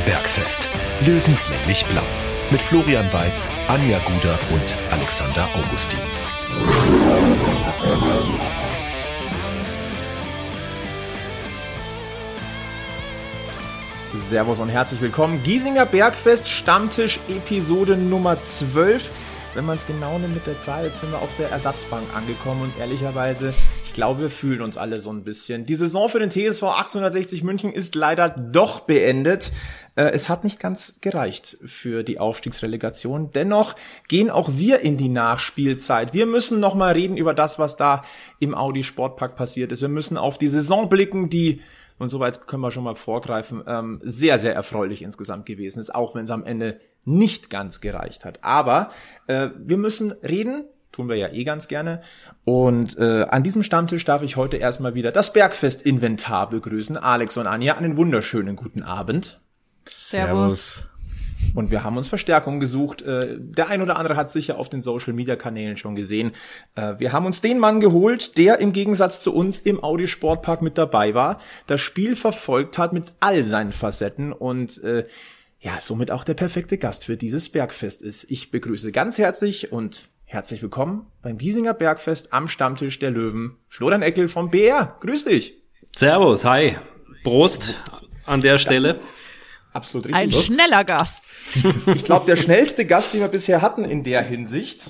Bergfest. Löwenslänglich blau. Mit Florian Weiß, Anja Guder und Alexander Augustin. Servus und herzlich willkommen. Giesinger Bergfest, Stammtisch, Episode Nummer 12. Wenn man es genau nimmt mit der Zahl, jetzt sind wir auf der Ersatzbank angekommen und ehrlicherweise, ich glaube, wir fühlen uns alle so ein bisschen. Die Saison für den TSV 1860 München ist leider doch beendet. Es hat nicht ganz gereicht für die Aufstiegsrelegation. Dennoch gehen auch wir in die Nachspielzeit. Wir müssen nochmal reden über das, was da im Audi Sportpark passiert ist. Wir müssen auf die Saison blicken, die, und soweit können wir schon mal vorgreifen, sehr, sehr erfreulich insgesamt gewesen ist, auch wenn es am Ende nicht ganz gereicht hat. Aber wir müssen reden, tun wir ja eh ganz gerne. Und an diesem Stammtisch darf ich heute erstmal wieder das Bergfest-Inventar begrüßen. Alex und Anja, einen wunderschönen guten Abend. Servus. Und wir haben uns Verstärkung gesucht. Der ein oder andere hat es sicher auf den Social-Media-Kanälen schon gesehen. Wir haben uns den Mann geholt, der im Gegensatz zu uns im Audi Sportpark mit dabei war, das Spiel verfolgt hat mit all seinen Facetten und somit auch der perfekte Gast für dieses Bergfest ist. Ich begrüße ganz herzlich und herzlich willkommen beim Giesinger Bergfest am Stammtisch der Löwen, Florian Eckel vom BR. Grüß dich. Servus, hi. Prost an der Stelle. Absolut richtig. Ein schneller Gast. Ich glaube, der schnellste Gast, den wir bisher hatten in der Hinsicht.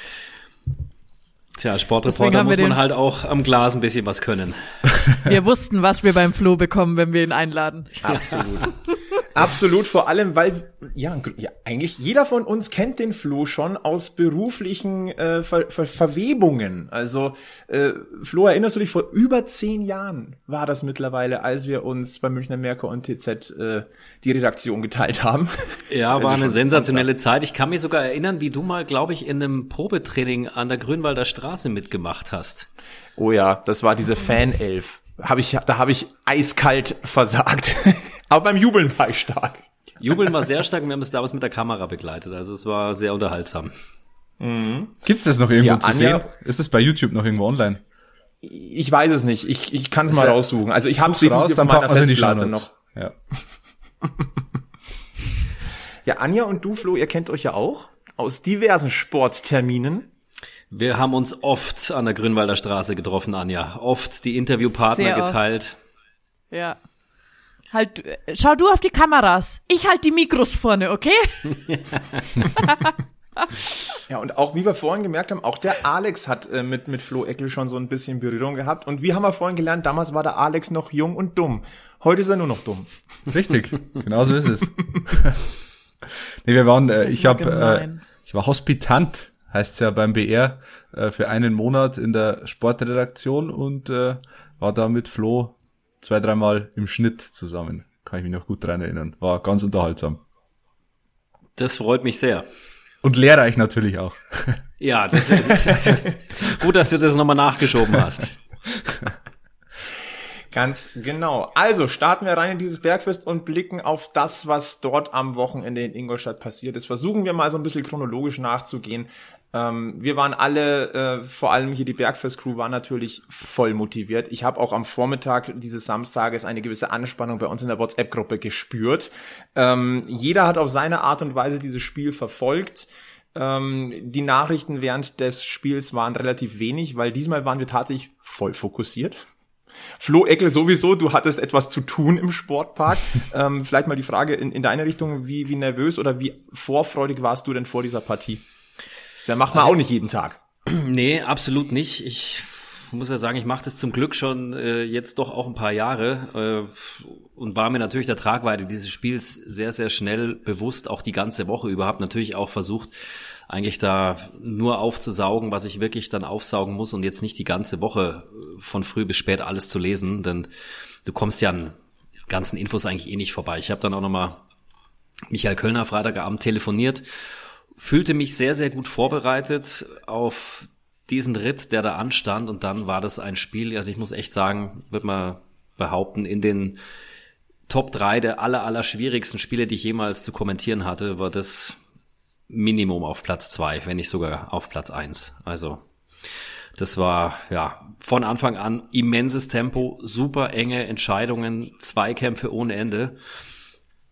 Tja, Sportreporter muss man halt auch am Glas ein bisschen was können. Wir wussten, was wir beim Flo bekommen, wenn wir ihn einladen. Absolut. Absolut, vor allem, weil eigentlich jeder von uns kennt den Flo schon aus beruflichen Verwebungen. Also Flo, erinnerst du dich, vor über 10 Jahren war das mittlerweile, als wir uns bei Münchner Merkur und TZ die Redaktion geteilt haben. Ja, war eine sensationelle Zeit. Ich kann mich sogar erinnern, wie du mal, glaube ich, in einem Probetraining an der Grünwalder Straße mitgemacht hast. Oh ja, das war diese Fanelf. Da habe ich eiskalt versagt. Aber beim Jubeln war ich stark. Jubeln war sehr stark und wir haben es damals mit der Kamera begleitet. Also es war sehr unterhaltsam. Mhm. Gibt's das noch irgendwo zu sehen? Ist das bei YouTube noch irgendwo online? Ich weiß es nicht. Ich kann es mal raussuchen. Also ich habe es definitiv auf meiner Festplatte noch. Ja. Ja, Anja und du, Flo, ihr kennt euch ja auch aus diversen Sportterminen. Wir haben uns oft an der Grünwalder Straße getroffen, Anja. Oft die Interviewpartner geteilt. Ja. Halt, schau du auf die Kameras. Ich halt die Mikros vorne, okay? Ja, und auch wie wir vorhin gemerkt haben, auch der Alex hat mit Flo Eckel schon so ein bisschen Berührung gehabt. Und wir haben ja vorhin gelernt, damals war der Alex noch jung und dumm. Heute ist er nur noch dumm. Richtig, genau so ist es. Nee, wir waren, ich war Hospitant, heißt's ja beim BR, für einen Monat in der Sportredaktion und war da mit Flo 2-3 Mal im Schnitt zusammen. Kann ich mich noch gut dran erinnern. War ganz unterhaltsam. Das freut mich sehr. Und lehrreich natürlich auch. Ja, das ist gut, dass du das nochmal nachgeschoben hast. Ganz genau. Also starten wir rein in dieses Bergfest und blicken auf das, was dort am Wochenende in Ingolstadt passiert ist. Versuchen wir mal so ein bisschen chronologisch nachzugehen. Wir waren alle, vor allem hier die Bergfest-Crew, war natürlich voll motiviert. Ich habe auch am Vormittag dieses Samstages eine gewisse Anspannung bei uns in der WhatsApp-Gruppe gespürt. Jeder hat auf seine Art und Weise dieses Spiel verfolgt. Die Nachrichten während des Spiels waren relativ wenig, weil diesmal waren wir tatsächlich voll fokussiert. Flo Eckel sowieso, du hattest etwas zu tun im Sportpark. Vielleicht mal die Frage in deine Richtung, wie nervös oder wie vorfreudig warst du denn vor dieser Partie? Das macht man auch nicht jeden Tag. Nee, absolut nicht. Ich muss ja sagen, ich mache das zum Glück schon jetzt doch auch ein paar Jahre und war mir natürlich der Tragweite dieses Spiels sehr, sehr schnell bewusst, auch die ganze Woche über. Habe natürlich auch versucht, eigentlich da nur aufzusaugen, was ich wirklich dann aufsaugen muss und jetzt nicht die ganze Woche von früh bis spät alles zu lesen, denn du kommst ja an ganzen Infos eigentlich eh nicht vorbei. Ich habe dann auch nochmal Michael Kölner Freitagabend telefoniert, fühlte mich sehr, sehr gut vorbereitet auf diesen Ritt, der da anstand, und dann war das ein Spiel, also ich muss echt sagen, würde man behaupten, in den Top 3 der aller schwierigsten Spiele, die ich jemals zu kommentieren hatte, war das Minimum auf Platz 2, wenn nicht sogar auf Platz 1. Also das war ja von Anfang an immenses Tempo, super enge Entscheidungen, Zweikämpfe ohne Ende.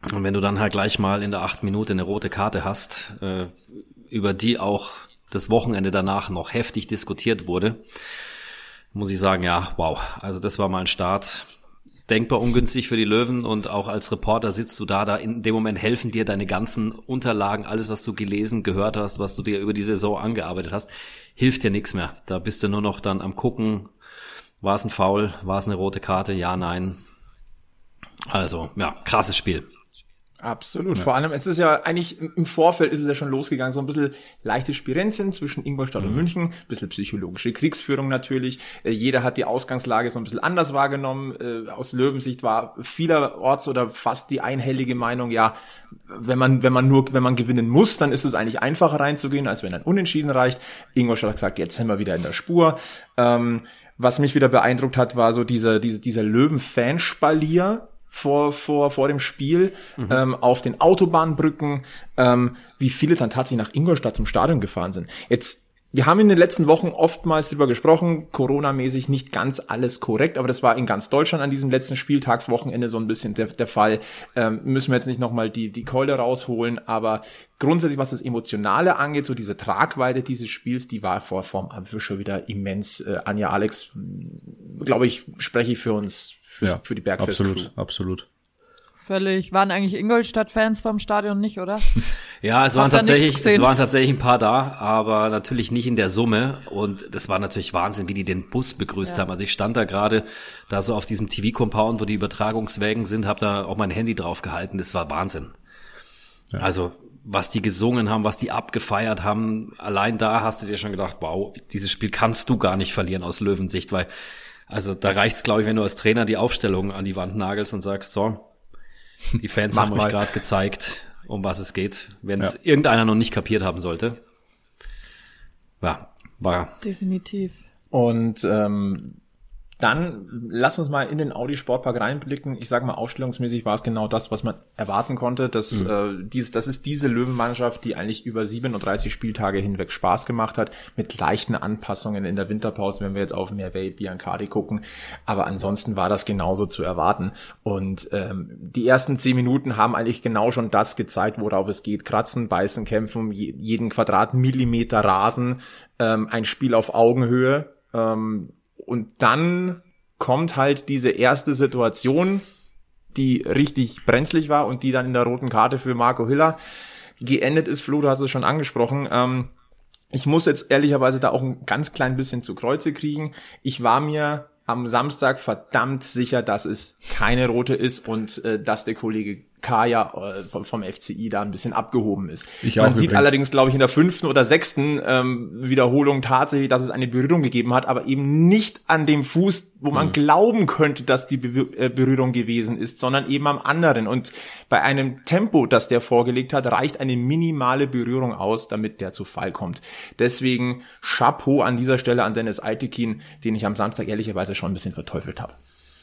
Und wenn du dann halt gleich mal in der 8. Minute eine rote Karte hast, über die auch das Wochenende danach noch heftig diskutiert wurde, muss ich sagen, ja, wow. Also das war mal ein Start. Denkbar ungünstig für die Löwen, und auch als Reporter sitzt du da in dem Moment helfen dir deine ganzen Unterlagen, alles, was du gelesen, gehört hast, was du dir über die Saison angearbeitet hast, hilft dir nichts mehr. Da bist du nur noch dann am gucken, war es ein Foul, war es eine rote Karte, ja, nein. Also, ja, krasses Spiel. Absolut. Ja. Vor allem, es ist ja eigentlich, im Vorfeld ist es ja schon losgegangen, so ein bisschen leichte Spirenzchen zwischen Ingolstadt und München, ein bisschen psychologische Kriegsführung natürlich. Jeder hat die Ausgangslage so ein bisschen anders wahrgenommen. Aus Löwensicht war vielerorts oder fast die einhellige Meinung, ja, wenn man gewinnen muss, dann ist es eigentlich einfacher reinzugehen, als wenn ein Unentschieden reicht. Ingolstadt hat gesagt, jetzt sind wir wieder in der Spur. Was mich wieder beeindruckt hat, war so dieser Löwen-Fanspalier vor dem Spiel, auf den Autobahnbrücken, wie viele dann tatsächlich nach Ingolstadt zum Stadion gefahren sind. Wir haben in den letzten Wochen oftmals drüber gesprochen, Corona-mäßig nicht ganz alles korrekt, aber das war in ganz Deutschland an diesem letzten Spieltagswochenende so ein bisschen der Fall. Müssen wir jetzt nicht nochmal die Keule rausholen, aber grundsätzlich, was das Emotionale angeht, so diese Tragweite dieses Spiels, die war vorm Ampel schon wieder immens. Anja, Alex, glaube ich, spreche ich für uns, für die Bergfest-Crew. Absolut. Völlig. Waren eigentlich Ingolstadt-Fans vom Stadion nicht, oder? Ja, es waren tatsächlich ein paar da, aber natürlich nicht in der Summe. Und das war natürlich Wahnsinn, wie die den Bus begrüßt haben. Also ich stand da gerade da so auf diesem TV-Compound, wo die Übertragungswägen sind, habe da auch mein Handy drauf gehalten. Das war Wahnsinn. Ja. Also was die gesungen haben, was die abgefeiert haben, allein da hast du dir schon gedacht, wow, dieses Spiel kannst du gar nicht verlieren aus Löwensicht, weil also da reicht's, glaube ich, wenn du als Trainer die Aufstellung an die Wand nagelst und sagst, so, die Fans haben euch gerade gezeigt, um was es geht, wenn es irgendeiner noch nicht kapiert haben sollte. Ja, war definitiv. Und dann lass uns mal in den Audi Sportpark reinblicken. Ich sage mal, aufstellungsmäßig war es genau das, was man erwarten konnte. Das ist diese Löwenmannschaft, die eigentlich über 37 Spieltage hinweg Spaß gemacht hat, mit leichten Anpassungen in der Winterpause, wenn wir jetzt auf Merveille, Biancardi gucken. Aber ansonsten war das genauso zu erwarten. Und die ersten 10 Minuten haben eigentlich genau schon das gezeigt, worauf es geht. Kratzen, beißen, kämpfen, jeden Quadratmillimeter Rasen, ein Spiel auf Augenhöhe. Und dann kommt halt diese erste Situation, die richtig brenzlig war und die dann in der roten Karte für Marco Hiller geendet ist. Flo, du hast es schon angesprochen. Ich muss jetzt ehrlicherweise da auch ein ganz klein bisschen zu Kreuze kriegen. Ich war mir am Samstag verdammt sicher, dass es keine rote ist und dass der Kollege Kaya vom FCI da ein bisschen abgehoben ist. Man sieht allerdings, glaube ich, in der 5. oder 6. Wiederholung tatsächlich, dass es eine Berührung gegeben hat, aber eben nicht an dem Fuß, wo man glauben könnte, dass die Berührung gewesen ist, sondern eben am anderen. Und bei einem Tempo, das der vorgelegt hat, reicht eine minimale Berührung aus, damit der zu Fall kommt. Deswegen Chapeau an dieser Stelle an Dennis Eitekin, den ich am Samstag ehrlicherweise schon ein bisschen verteufelt habe.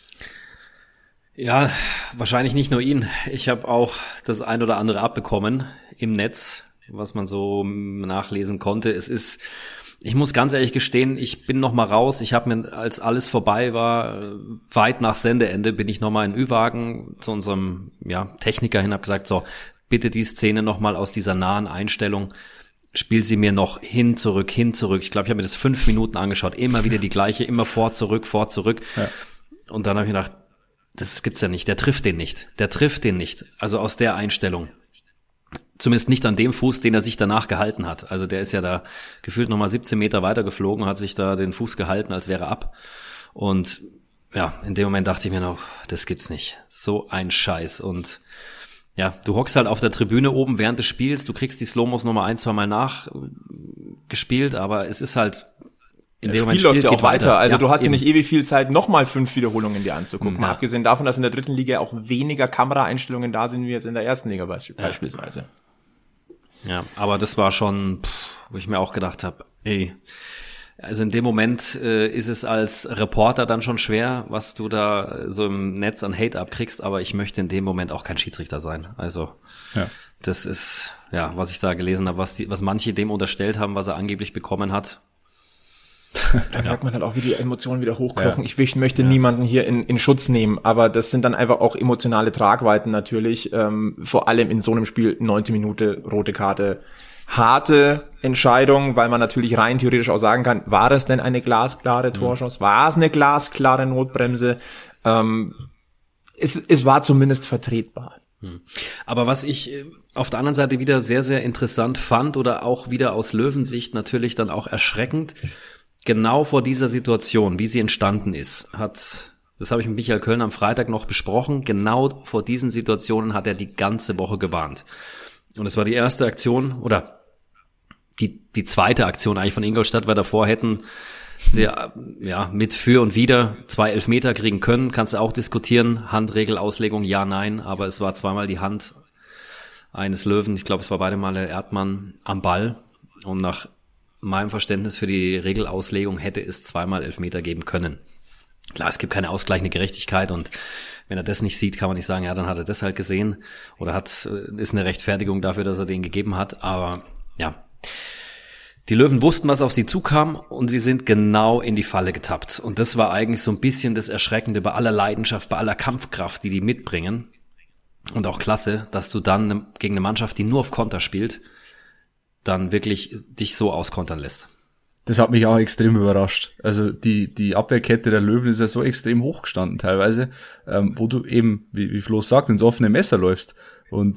Ja, wahrscheinlich nicht nur ihn. Ich habe auch das ein oder andere abbekommen im Netz, was man so nachlesen konnte. Ich muss ganz ehrlich gestehen, ich bin noch mal raus. Ich habe mir, als alles vorbei war, weit nach Sendeende, bin ich noch mal in Ü-Wagen zu unserem Techniker hin, habe gesagt, so, bitte die Szene noch mal aus dieser nahen Einstellung, spiel sie mir noch hin, zurück. Ich glaube, ich habe mir das 5 Minuten angeschaut, immer wieder die gleiche, immer vor, zurück. Ja. Und dann habe ich gedacht, das gibt's ja nicht, der trifft den nicht. Also aus der Einstellung. Zumindest nicht an dem Fuß, den er sich danach gehalten hat. Also der ist ja da gefühlt nochmal 17 Meter weiter geflogen, hat sich da den Fuß gehalten, als wäre er ab. Und ja, in dem Moment dachte ich mir noch, das gibt's nicht. So ein Scheiß. Und ja, du hockst halt auf der Tribüne oben während des Spiels, du kriegst die Slow-Mos nochmal 1-2 Mal nachgespielt, aber es ist halt das Spiel läuft ja auch weiter. Also du hast ja nicht ewig viel Zeit, nochmal 5 Wiederholungen dir anzugucken. Ja. Abgesehen davon, dass in der 3. Liga auch weniger Kameraeinstellungen da sind, wie jetzt in der 1. Liga beispielsweise. Ja, aber das war schon, wo ich mir auch gedacht habe, also in dem Moment ist es als Reporter dann schon schwer, was du da so im Netz an Hate abkriegst, aber ich möchte in dem Moment auch kein Schiedsrichter sein. Also das ist, was ich da gelesen habe, was manche dem unterstellt haben, was er angeblich bekommen hat. Da merkt man halt auch, wie die Emotionen wieder hochkochen. Ich möchte niemanden hier in Schutz nehmen, aber das sind dann einfach auch emotionale Tragweiten natürlich. Vor allem in so einem Spiel, 9. Minute, rote Karte. Harte Entscheidung, weil man natürlich rein theoretisch auch sagen kann, war das denn eine glasklare Torchance? War es eine glasklare Notbremse? Es war zumindest vertretbar. Aber was ich auf der anderen Seite wieder sehr, sehr interessant fand oder auch wieder aus Löwensicht natürlich dann auch erschreckend, genau vor dieser Situation, wie sie entstanden ist, das habe ich mit Michael Köln am Freitag noch besprochen, genau vor diesen Situationen hat er die ganze Woche gewarnt. Und es war die erste Aktion oder die zweite Aktion eigentlich von Ingolstadt, weil davor hätten sie mit für und wider 2 Elfmeter kriegen können, kannst du auch diskutieren, Handregelauslegung, ja, nein, aber es war zweimal die Hand eines Löwen, ich glaube, es war beide Male Erdmann am Ball und nach meinem Verständnis für die Regelauslegung hätte es zweimal Elfmeter geben können. Klar, es gibt keine ausgleichende Gerechtigkeit und wenn er das nicht sieht, kann man nicht sagen, ja, dann hat er das halt gesehen oder ist eine Rechtfertigung dafür, dass er den gegeben hat, aber ja. Die Löwen wussten, was auf sie zukam und sie sind genau in die Falle getappt. Und das war eigentlich so ein bisschen das Erschreckende bei aller Leidenschaft, bei aller Kampfkraft, die mitbringen. Und auch klasse, dass du dann gegen eine Mannschaft, die nur auf Konter spielt, dann wirklich dich so auskontern lässt. Das hat mich auch extrem überrascht. Also die Abwehrkette der Löwen ist ja so extrem hochgestanden teilweise, wo du eben, wie Flo sagt, ins offene Messer läufst. Und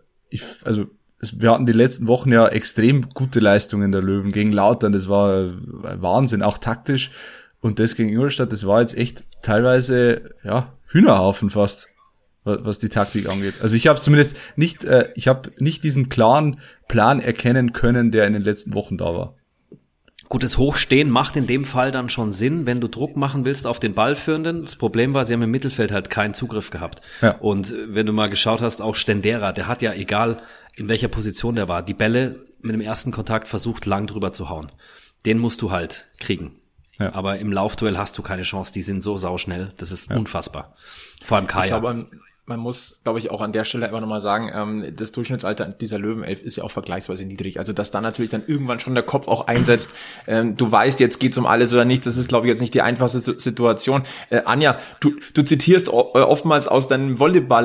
wir hatten die letzten Wochen ja extrem gute Leistungen der Löwen gegen Lautern, das war Wahnsinn, auch taktisch. Und das gegen Ingolstadt, das war jetzt echt teilweise, Hühnerhaufen fast, was die Taktik angeht. Also ich habe zumindest nicht, diesen klaren Plan erkennen können, der in den letzten Wochen da war. Gutes Hochstehen macht in dem Fall dann schon Sinn, wenn du Druck machen willst auf den Ballführenden. Das Problem war, sie haben im Mittelfeld halt keinen Zugriff gehabt. Ja. Und wenn du mal geschaut hast, auch Stendera, der hat ja, egal in welcher Position der war, die Bälle mit dem ersten Kontakt versucht, lang drüber zu hauen. Den musst du halt kriegen. Ja. Aber im Laufduell hast du keine Chance, die sind so sauschnell, das ist unfassbar. Vor allem Kaya. Ich glaube, man muss, glaube ich, auch an der Stelle einfach nochmal sagen, das Durchschnittsalter dieser Löwenelf ist ja auch vergleichsweise niedrig. Also, dass da natürlich dann irgendwann schon der Kopf auch einsetzt. Du weißt, jetzt geht's um alles oder nichts. Das ist, glaube ich, jetzt nicht die einfachste Situation. Anja, du zitierst oftmals aus deinem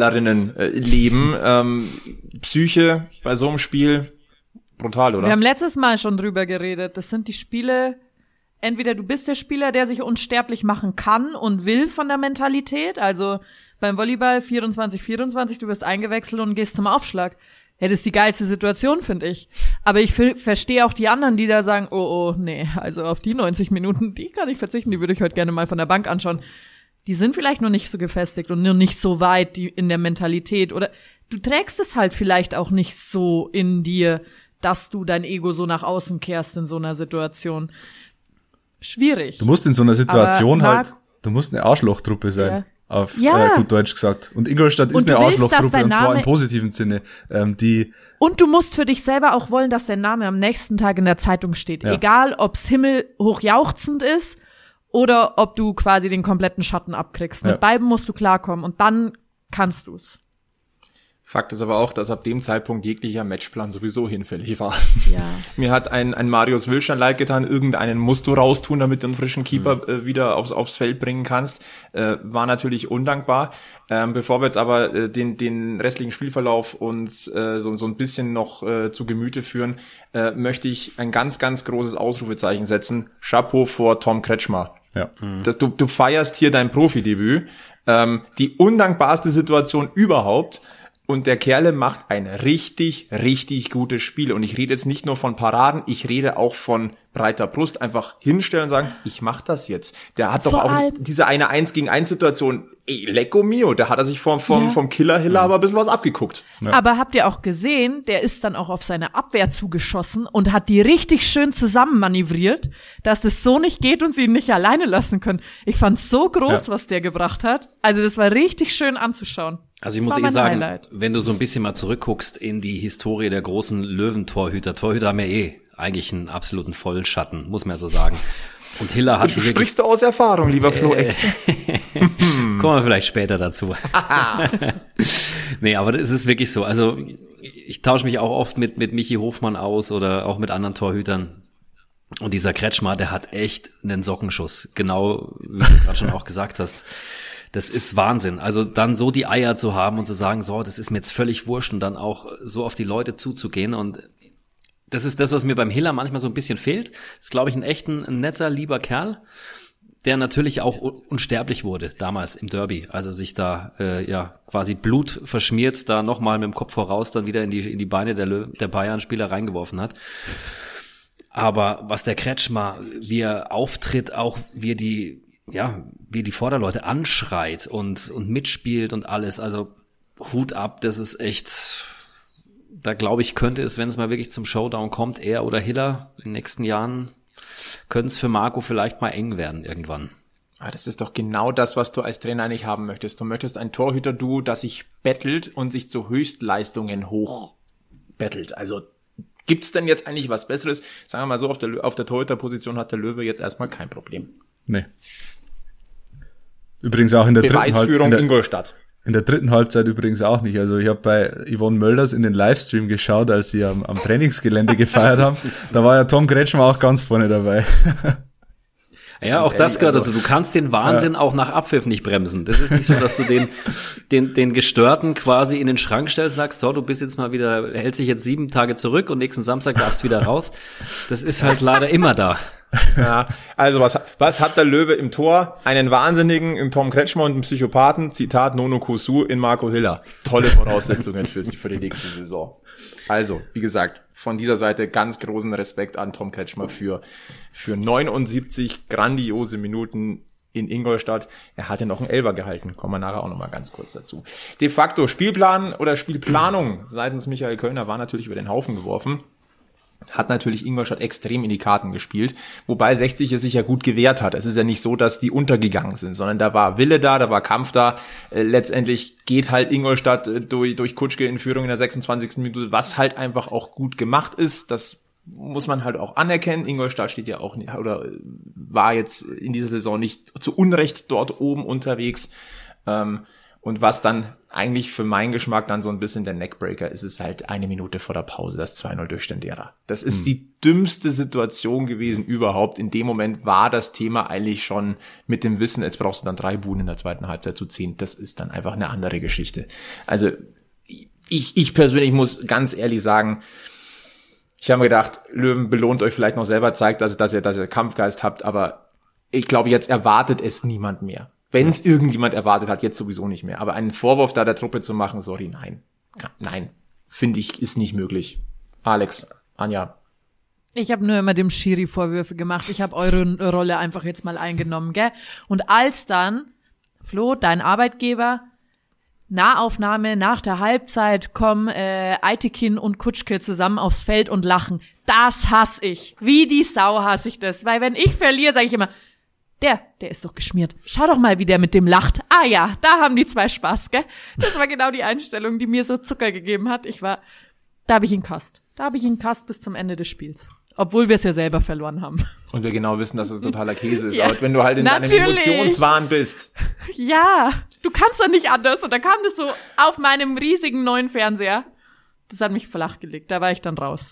Volleyballerinnenleben. Psyche bei so einem Spiel brutal, oder? Wir haben letztes Mal schon drüber geredet. Das sind die Spiele, entweder du bist der Spieler, der sich unsterblich machen kann und will von der Mentalität, also beim Volleyball 24-24, du wirst eingewechselt und gehst zum Aufschlag. Ja, das ist die geilste Situation, finde ich. Aber ich verstehe auch die anderen, die da sagen, nee, also auf die 90 Minuten, die kann ich verzichten, die würde ich heute gerne mal von der Bank anschauen. Die sind vielleicht noch nicht so gefestigt und nur nicht so weit in der Mentalität. Oder du trägst es halt vielleicht auch nicht so in dir, dass du dein Ego so nach außen kehrst in so einer Situation. Schwierig. Du musst in so einer Situation du musst eine Arschlochtruppe sein. Ja. Auf gut Deutsch gesagt. Und Ingolstadt ist eine Arschlochtruppe und zwar im positiven Sinne. Und du musst für dich selber auch wollen, dass dein Name am nächsten Tag in der Zeitung steht. Ja. Egal, ob's himmelhoch jauchzend ist oder ob du quasi den kompletten Schatten abkriegst. Mit beiden musst du klarkommen und dann kannst du's. Fakt ist aber auch, dass ab dem Zeitpunkt jeglicher Matchplan sowieso hinfällig war. Ja. Mir hat ein Marius Wilschan leid getan, irgendeinen musst du raustun, damit du einen frischen Keeper wieder aufs Feld bringen kannst. War natürlich undankbar. Bevor wir jetzt aber den restlichen Spielverlauf uns so ein bisschen noch zu Gemüte führen, möchte ich ein ganz, ganz großes Ausrufezeichen setzen. Chapeau vor Tom Kretschmer. Ja. Du feierst hier dein Profidebüt. Die undankbarste Situation überhaupt. Und der Kerle macht ein richtig, richtig gutes Spiel. Und ich rede jetzt nicht nur von Paraden, ich rede auch von breiter Brust. Einfach hinstellen und sagen, ich mach das jetzt. Der hat doch auch diese eine 1-gegen-1-Situation, lecco mio, da hat er sich vom Killer-Hiller aber ein bisschen was abgeguckt. Ja. Aber habt ihr auch gesehen, der ist dann auch auf seine Abwehr zugeschossen und hat die richtig schön zusammenmanövriert, dass das so nicht geht und sie ihn nicht alleine lassen können. Ich fand's so groß, was der gebracht hat. Also das war richtig schön anzuschauen. Also ich muss sagen, wenn du so ein bisschen mal zurückguckst in die Historie der großen Löwentorhüter, Torhüter haben ja eigentlich einen absoluten Vollschatten, muss man ja so sagen. Und Hiller hat du sprichst aus Erfahrung, lieber Flo. Kommen wir vielleicht später dazu. Nee, aber es ist wirklich so. Also ich tausche mich auch oft mit Michi Hofmann aus oder auch mit anderen Torhütern. Und dieser Kretschmer, der hat echt einen Sockenschuss. Genau, wie du gerade schon auch gesagt hast. Das ist Wahnsinn. Also dann so die Eier zu haben und zu sagen, so, das ist mir jetzt völlig wurscht und dann auch so auf die Leute zuzugehen. Und das ist das, was mir beim Hiller manchmal so ein bisschen fehlt. Ist, glaube ich, ein netter, lieber Kerl, der natürlich auch unsterblich wurde damals im Derby, als er sich da quasi Blut verschmiert, da nochmal mit dem Kopf voraus dann wieder in die Beine der Bayern-Spieler reingeworfen hat. Aber was der Kretschmer, wie er auftritt, auch wie die Vorderleute anschreit und mitspielt und alles, also Hut ab, das ist echt, da glaube ich, könnte es, wenn es mal wirklich zum Showdown kommt, er oder Hiller in den nächsten Jahren, könnte es für Marco vielleicht mal eng werden irgendwann. Das ist doch genau das, was du als Trainer nicht haben möchtest. Du möchtest ein Torhüter-Duo, das sich bettelt und sich zu Höchstleistungen hochbettelt. Also gibt's denn jetzt eigentlich was Besseres? Sagen wir mal so, auf der Torhüter-Position hat der Löwe jetzt erstmal kein Problem. Nee. Übrigens auch in der Beweisführung Ingolstadt. In der dritten Halbzeit übrigens auch nicht. Also ich habe bei Yvonne Mölders in den Livestream geschaut, als sie am Trainingsgelände gefeiert haben. Da war ja Tom Kretschmer auch ganz vorne dabei. Ja, auch das gehört dazu. Du kannst den Wahnsinn auch nach Abpfiff nicht bremsen. Das ist nicht so, dass du den Gestörten quasi in den Schrank stellst, sagst, so, du bist jetzt mal wieder, hältst dich jetzt 7 Tage zurück und nächsten Samstag darfst wieder raus. Das ist halt leider immer da. Ja, also was hat der Löwe im Tor? Einen Wahnsinnigen im Tom Kretschmer und einen Psychopathen, Zitat Nono Kosu in Marco Hiller. Tolle Voraussetzungen für die nächste Saison. Also, wie gesagt, von dieser Seite ganz großen Respekt an Tom Kretschmer für 79 grandiose Minuten in Ingolstadt. Er hatte noch einen Elfer gehalten. Kommen wir nachher auch nochmal ganz kurz dazu. De facto Spielplan oder Spielplanung seitens Michael Kölner war natürlich über den Haufen geworfen. Hat natürlich Ingolstadt extrem in die Karten gespielt, wobei 60 es sich ja gut gewehrt hat. Es ist ja nicht so, dass die untergegangen sind, sondern da war Wille da war Kampf da. Letztendlich geht halt Ingolstadt durch Kutschke in Führung in der 26. Minute, was halt einfach auch gut gemacht ist. Das muss man halt auch anerkennen. Ingolstadt steht ja auch oder war jetzt in dieser Saison nicht zu Unrecht dort oben unterwegs. Und was dann eigentlich für meinen Geschmack dann so ein bisschen der Neckbreaker ist, ist halt 1 Minute vor der Pause, das 2-0 durch Stendera. Das ist die dümmste Situation gewesen überhaupt. In dem Moment war das Thema eigentlich schon mit dem Wissen, jetzt brauchst du dann 3 Buden in der zweiten Halbzeit zu 10. Das ist dann einfach eine andere Geschichte. Also ich persönlich muss ganz ehrlich sagen, ich habe mir gedacht, Löwen, belohnt euch vielleicht noch selber, zeigt also, dass ihr Kampfgeist habt, aber ich glaube, jetzt erwartet es niemand mehr. Wenn es irgendjemand erwartet hat, jetzt sowieso nicht mehr. Aber einen Vorwurf da der Truppe zu machen, sorry, nein, finde ich, ist nicht möglich. Alex, Anja. Ich habe nur immer dem Schiri Vorwürfe gemacht. Ich habe eure Rolle einfach jetzt mal eingenommen, gell? Und als dann, Flo, dein Arbeitgeber, Nahaufnahme nach der Halbzeit, kommen Aitekin und Kutschke zusammen aufs Feld und lachen. Das hasse ich. Wie die Sau hasse ich das. Weil wenn ich verliere, sage ich immer, der ist doch geschmiert. Schau doch mal, wie der mit dem lacht. Ah ja, da haben die 2 Spaß, gell? Das war genau die Einstellung, die mir so Zucker gegeben hat. Da habe ich ihn kast. Bis zum Ende des Spiels. Obwohl wir es ja selber verloren haben. Und wir genau wissen, dass es totaler Käse ist. Ja, aber wenn du halt in deinem Emotionswahn bist. Ja, du kannst doch nicht anders. Und da kam das so auf meinem riesigen neuen Fernseher. Das hat mich flachgelegt. Da war ich dann raus.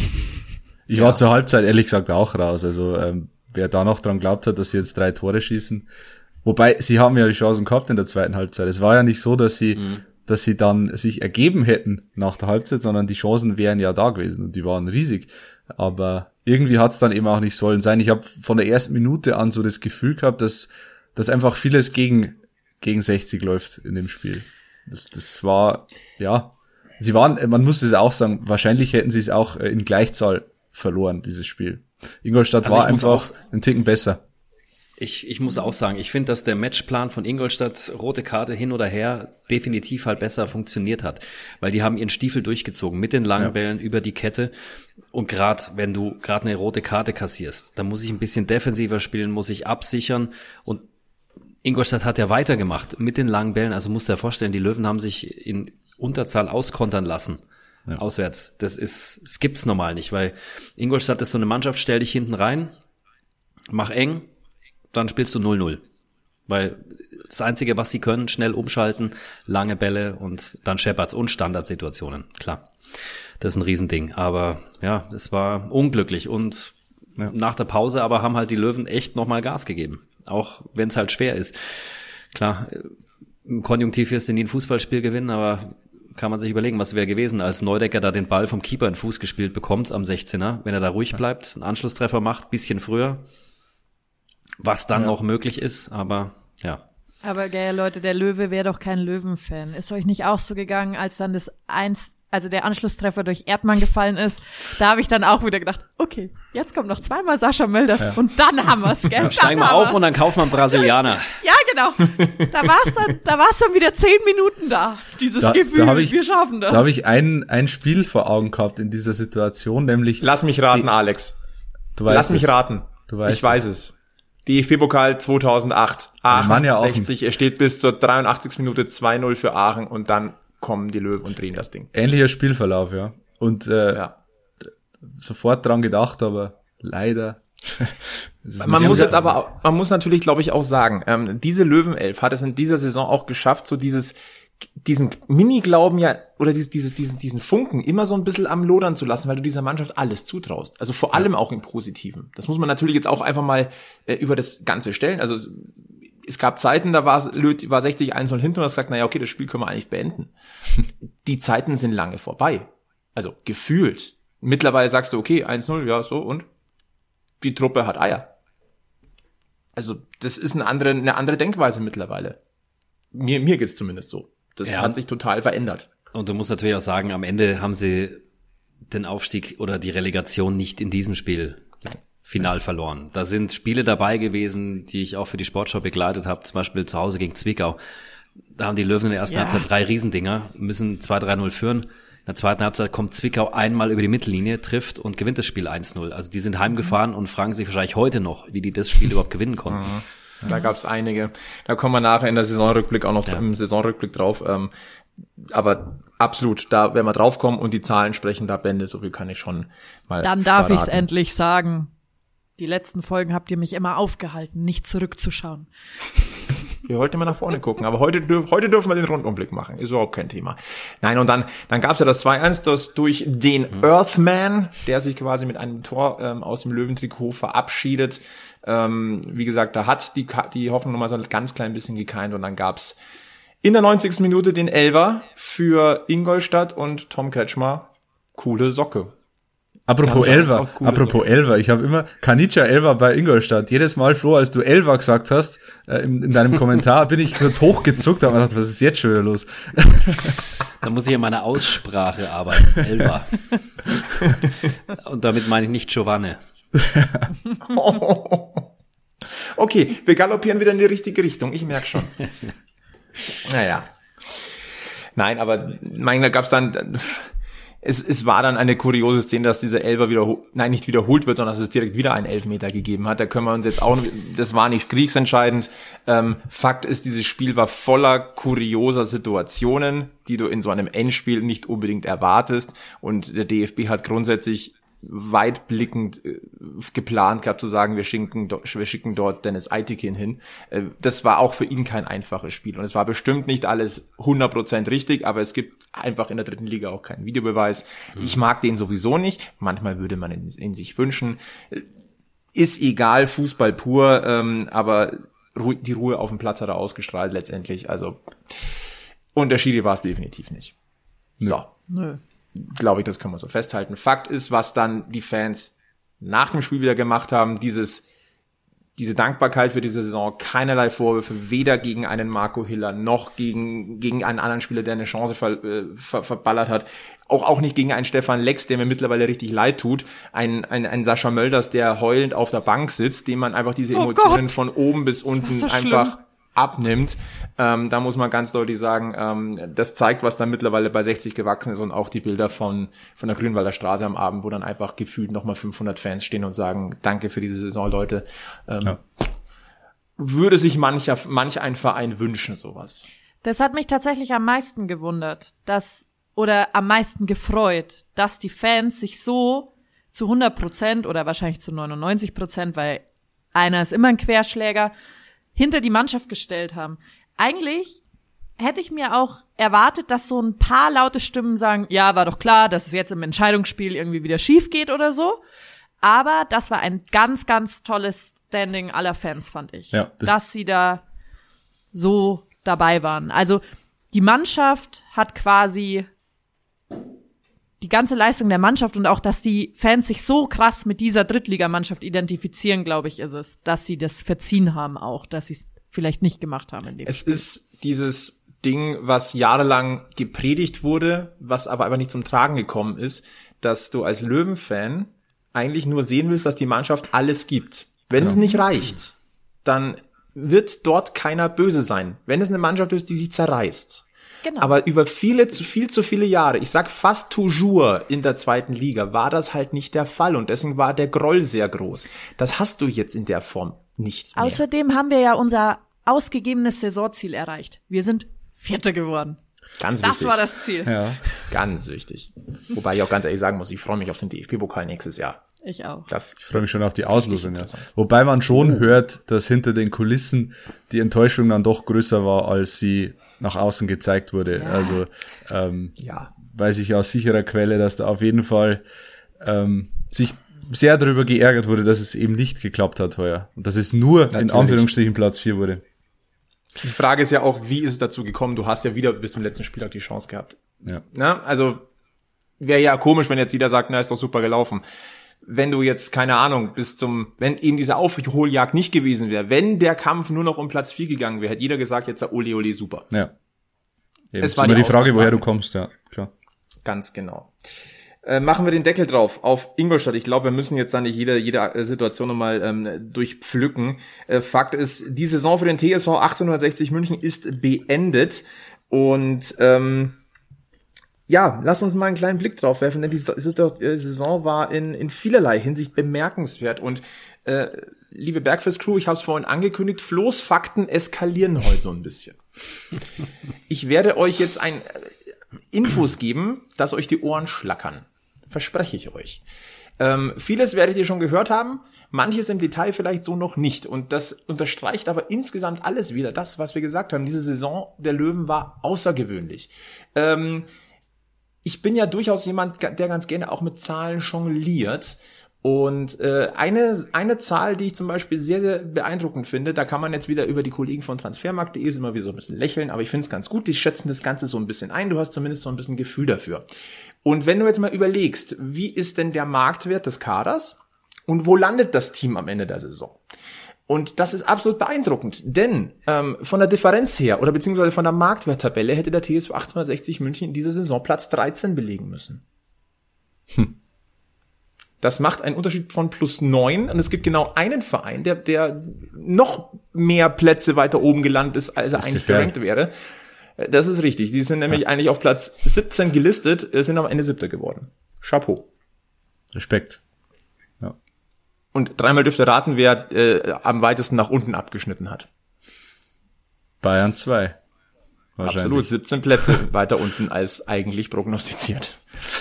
Ich war zur Halbzeit ehrlich gesagt auch raus. Also wer da noch dran glaubt hat, dass sie jetzt 3 Tore schießen. Wobei, sie haben ja die Chancen gehabt in der zweiten Halbzeit. Es war ja nicht so, dass sie dann sich ergeben hätten nach der Halbzeit, sondern die Chancen wären ja da gewesen und die waren riesig. Aber irgendwie hat es dann eben auch nicht sollen sein. Ich habe von der ersten Minute an so das Gefühl gehabt, dass einfach vieles gegen 60 läuft in dem Spiel. Das war, ja, man muss es auch sagen, wahrscheinlich hätten sie es auch in Gleichzahl verloren, dieses Spiel. Ingolstadt war einfach einen Ticken besser. Ich muss auch sagen, ich finde, dass der Matchplan von Ingolstadt, rote Karte hin oder her, definitiv halt besser funktioniert hat. Weil die haben ihren Stiefel durchgezogen mit den langen Bällen über die Kette. Und gerade wenn du gerade eine rote Karte kassierst, dann muss ich ein bisschen defensiver spielen, muss ich absichern. Und Ingolstadt hat ja weitergemacht mit den langen Bällen. Also musst du dir vorstellen, die Löwen haben sich in Unterzahl auskontern lassen. Ja. Auswärts. Das gibt's normal nicht, weil Ingolstadt ist so eine Mannschaft, stell dich hinten rein, mach eng, dann spielst du 0-0. Weil das Einzige, was sie können, schnell umschalten, lange Bälle und dann Shepherds und Standardsituationen. Klar, das ist ein Riesending. Aber ja, es war unglücklich und nach der Pause, aber haben halt die Löwen echt nochmal Gas gegeben. Auch wenn es halt schwer ist. Klar, im Konjunktiv wirst du nie ein Fußballspiel gewinnen, aber kann man sich überlegen, was wäre gewesen, als Neudecker da den Ball vom Keeper in den Fuß gespielt bekommt am 16er, wenn er da ruhig bleibt, einen Anschlusstreffer macht, bisschen früher, was dann noch möglich ist, aber ja. Aber gell, Leute, der Löwe wäre doch kein Löwenfan. Ist euch nicht auch so gegangen, als dann der Anschlusstreffer durch Erdmann gefallen ist? Da habe ich dann auch wieder gedacht, okay, jetzt kommt noch zweimal Sascha Mölders und dann haben wir's, gell? Dann steigen wir auf und dann kaufen wir einen Brasilianer. Ja, genau. Da war's dann wieder 10 Minuten da. Dieses Gefühl, wir schaffen das. Da habe ich ein Spiel vor Augen gehabt in dieser Situation, nämlich... Lass mich raten, Alex. Lass mich raten. Ich weiß es. DFB-Pokal 2008. Aachen, ja 60. Er steht bis zur 83. Minute 2-0 für Aachen und dann kommen die Löwen und drehen das Ding. Ähnlicher Spielverlauf, ja. Und sofort dran gedacht, aber leider. Man muss natürlich, glaube ich, auch sagen, diese Löwenelf hat es in dieser Saison auch geschafft, so diesen Mini-Glauben oder diesen Funken immer so ein bisschen am Lodern zu lassen, weil du dieser Mannschaft alles zutraust. Also vor allem auch im Positiven. Das muss man natürlich jetzt auch einfach mal über das Ganze stellen. Also es gab Zeiten, da war 60 1-0 hinten und hast gesagt, naja, okay, das Spiel können wir eigentlich beenden. Die Zeiten sind lange vorbei. Also gefühlt. Mittlerweile sagst du, okay, 1-0, ja, so, und die Truppe hat Eier. Also das ist eine andere Denkweise mittlerweile. Mir geht's zumindest so. Das hat sich total verändert. Und du musst natürlich auch sagen, am Ende haben sie den Aufstieg oder die Relegation nicht in diesem Spiel final verloren. Da sind Spiele dabei gewesen, die ich auch für die Sportschau begleitet habe, zum Beispiel zu Hause gegen Zwickau. Da haben die Löwen in der ersten Halbzeit 3 Riesendinger, müssen 2-3-0 führen. In der zweiten Halbzeit kommt Zwickau einmal über die Mittellinie, trifft und gewinnt das Spiel 1-0. Also die sind heimgefahren und fragen sich wahrscheinlich heute noch, wie die das Spiel überhaupt gewinnen konnten. Da gab's einige. Da kommen wir nachher in der Saisonrückblick auch noch im Saisonrückblick drauf. Aber absolut, da werden wir draufkommen und die Zahlen sprechen da Bände, so viel kann ich schon mal Dann darf ich's endlich sagen. Die letzten Folgen habt ihr mich immer aufgehalten, nicht zurückzuschauen. Wir wollten immer nach vorne gucken, aber heute dürfen wir den Rundumblick machen. Ist überhaupt kein Thema. Nein, und dann gab's ja das 2-1, das durch den Earthman, der sich quasi mit einem Tor aus dem Löwentrikot verabschiedet. Wie gesagt, da hat die Hoffnung nochmal so ein ganz klein bisschen gekeimt und dann gab's in der 90. Minute den Elfer für Ingolstadt und Tom Kretschmer. Coole Socke. Apropos Elfer, ich habe immer Kanica Elfer bei Ingolstadt. Jedes Mal, Flo, als du Elfer gesagt hast, in deinem Kommentar, bin ich kurz hochgezuckt, habe mir gedacht, was ist jetzt schon wieder los? Da muss ich an meiner Aussprache arbeiten, Elfer. Und damit meine ich nicht Giovanni. Okay, wir galoppieren wieder in die richtige Richtung, ich merke schon. Naja. Nein, aber da gab's dann... Es war dann eine kuriose Szene, dass dieser Elfer nicht wiederholt wird, sondern dass es direkt wieder einen Elfmeter gegeben hat. Da können wir uns jetzt auch, das war nicht kriegsentscheidend. Fakt ist, dieses Spiel war voller kurioser Situationen, die du in so einem Endspiel nicht unbedingt erwartest. Und der DFB hat grundsätzlich weitblickend geplant gehabt zu sagen, wir schicken dort Dennis Eitekin hin. Das war auch für ihn kein einfaches Spiel. Und es war bestimmt nicht alles 100% richtig, aber es gibt einfach in der 3. Liga auch keinen Videobeweis. Ich mag den sowieso nicht. Manchmal würde man ihn sich wünschen. Ist egal, Fußball pur, aber die Ruhe auf dem Platz hat er ausgestrahlt letztendlich. Also Unterschiede war es definitiv nicht. So. Nö. Glaube ich, das können wir so festhalten. Fakt ist, was dann die Fans nach dem Spiel wieder gemacht haben, diese Dankbarkeit für diese Saison, keinerlei Vorwürfe, weder gegen einen Marco Hiller noch gegen einen anderen Spieler, der eine Chance verballert hat, auch nicht gegen einen Stefan Lex, der mir mittlerweile richtig leid tut, ein Sascha Mölders, der heulend auf der Bank sitzt, dem man einfach diese Emotionen von oben bis unten einfach abnimmt. Da muss man ganz deutlich sagen, das zeigt, was da mittlerweile bei 60 gewachsen ist und auch die Bilder von der Grünwalder Straße am Abend, wo dann einfach gefühlt nochmal 500 Fans stehen und sagen, danke für diese Saison, Leute. Würde sich manch ein Verein wünschen, sowas. Das hat mich tatsächlich am meisten gewundert, oder am meisten gefreut, dass die Fans sich so zu 100% oder wahrscheinlich zu 99%, weil einer ist immer ein Querschläger, hinter die Mannschaft gestellt haben. Eigentlich hätte ich mir auch erwartet, dass so ein paar laute Stimmen sagen, ja, war doch klar, dass es jetzt im Entscheidungsspiel irgendwie wieder schief geht oder so. Aber das war ein ganz, ganz tolles Standing aller Fans, fand ich. Ja, dass sie da so dabei waren. Also die Mannschaft hat quasi die ganze Leistung der Mannschaft und auch, dass die Fans sich so krass mit dieser Drittligamannschaft identifizieren, glaube ich, ist es, dass sie das verziehen haben auch, dass sie es vielleicht nicht gemacht haben in dem Spiel. Ist dieses Ding, was jahrelang gepredigt wurde, was aber nicht zum Tragen gekommen ist, dass du als Löwen-Fan eigentlich nur sehen willst, dass die Mannschaft alles gibt. Wenn es nicht reicht, dann wird dort keiner böse sein. Wenn es eine Mannschaft ist, die sich zerreißt. Genau. Aber über viel zu viele Jahre, ich sag fast toujours in der zweiten Liga, war das halt nicht der Fall und deswegen war der Groll sehr groß. Das hast du jetzt in der Form nicht mehr. Außerdem haben wir ja unser ausgegebenes Saisonziel erreicht. Wir sind Vierter geworden. Ganz das wichtig. war das Ziel. Ja. Ganz wichtig. Wobei ich auch ganz ehrlich sagen muss, ich freue mich auf den DFB-Pokal nächstes Jahr. Ich auch. Ich freue mich schon auf die Auslosung. Ja. Wobei man schon hört, dass hinter den Kulissen die Enttäuschung dann doch größer war, als sie nach außen gezeigt wurde. Ja. Also weiß ich aus sicherer Quelle, dass da auf jeden Fall sich sehr darüber geärgert wurde, dass es eben nicht geklappt hat heuer. Und dass es nur in Anführungsstrichen Platz 4 wurde. Die Frage ist ja auch, wie ist es dazu gekommen? Du hast ja wieder bis zum letzten Spieltag die Chance gehabt. Ja. Na, also wäre ja komisch, wenn jetzt jeder sagt, na, ist doch super gelaufen. Wenn du jetzt, keine Ahnung, wenn eben diese Aufholjagd nicht gewesen wäre, wenn der Kampf nur noch um Platz 4 gegangen wäre, hätte jeder gesagt, jetzt ole, ole, super. Ja. Eben. Es war immer die Frage, woher du kommst, ja, klar. Ganz genau. Machen wir den Deckel drauf auf Ingolstadt. Ich glaube, wir müssen jetzt da nicht jede Situation nochmal durchpflücken. Fakt ist, die Saison für den TSV 1860 München ist beendet. Und lass uns mal einen kleinen Blick drauf werfen, denn die Saison war in vielerlei Hinsicht bemerkenswert. Und liebe Bergfest-Crew, ich habe es vorhin angekündigt, Flo's Fakten eskalieren heute so ein bisschen. Ich werde euch jetzt Infos geben, dass euch die Ohren schlackern. Verspreche ich euch. Vieles werdet ihr schon gehört haben, manches im Detail vielleicht so noch nicht. Und das unterstreicht aber insgesamt alles wieder. Das, was wir gesagt haben, diese Saison der Löwen war außergewöhnlich. Ich bin ja durchaus jemand, der ganz gerne auch mit Zahlen jongliert. Und eine Zahl, die ich zum Beispiel sehr, sehr beeindruckend finde, da kann man jetzt wieder über die Kollegen von Transfermarkt.de immer wieder so ein bisschen lächeln, aber ich finde es ganz gut, die schätzen das Ganze so ein bisschen ein, du hast zumindest so ein bisschen Gefühl dafür. Und wenn du jetzt mal überlegst, wie ist denn der Marktwert des Kaders und wo landet das Team am Ende der Saison? Und das ist absolut beeindruckend, denn von der Differenz her oder beziehungsweise von der Marktwerttabelle hätte der TSV 1860 München in dieser Saison Platz 13 belegen müssen. Das macht einen Unterschied von +9 und es gibt genau einen Verein, der noch mehr Plätze weiter oben gelandet ist, als er eigentlich gerankt wäre. Das ist richtig. Die sind nämlich eigentlich auf Platz 17 gelistet, sind am Ende 7. geworden. Chapeau. Respekt. Ja. Und dreimal dürft ihr raten, wer am weitesten nach unten abgeschnitten hat. Bayern 2. Absolut, 17 Plätze weiter unten als eigentlich prognostiziert.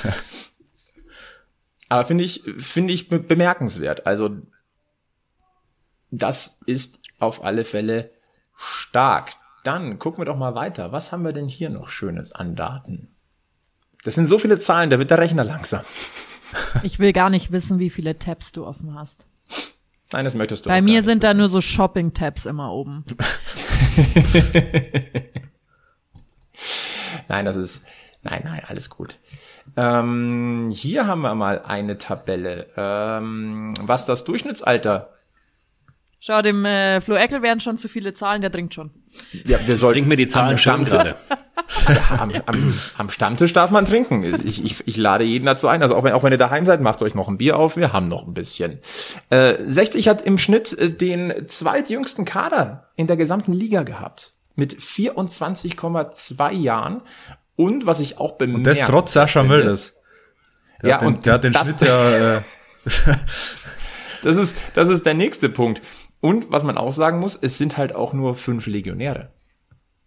Aber finde ich bemerkenswert. Also das ist auf alle Fälle stark. Dann gucken wir doch mal weiter. Was haben wir denn hier noch Schönes an Daten? Das sind so viele Zahlen, da wird der Rechner langsam. Ich will gar nicht wissen, wie viele Tabs du offen hast. Nein, das möchtest du Bei mir sind da nur so Shopping-Tabs immer oben. Nein, alles gut. Hier haben wir mal eine Tabelle. Was das Durchschnittsalter? Schau, dem Flo Eckel werden schon zu viele Zahlen, der trinkt schon. Ja, wir sollten. Trink mir die Zahlen schön gerade. Ja, am Stammtisch darf man trinken. Ich lade jeden dazu ein. Also auch wenn ihr daheim seid, macht euch noch ein Bier auf. Wir haben noch ein bisschen. 60 hat im Schnitt den zweitjüngsten Kader in der gesamten Liga gehabt. Mit 24,2 Jahren. Und was ich auch bemerkt. Und das trotz Sascha Mölders. Der hat den Schnitt ja. Das ist der nächste Punkt. Und was man auch sagen muss, es sind halt auch nur 5 Legionäre.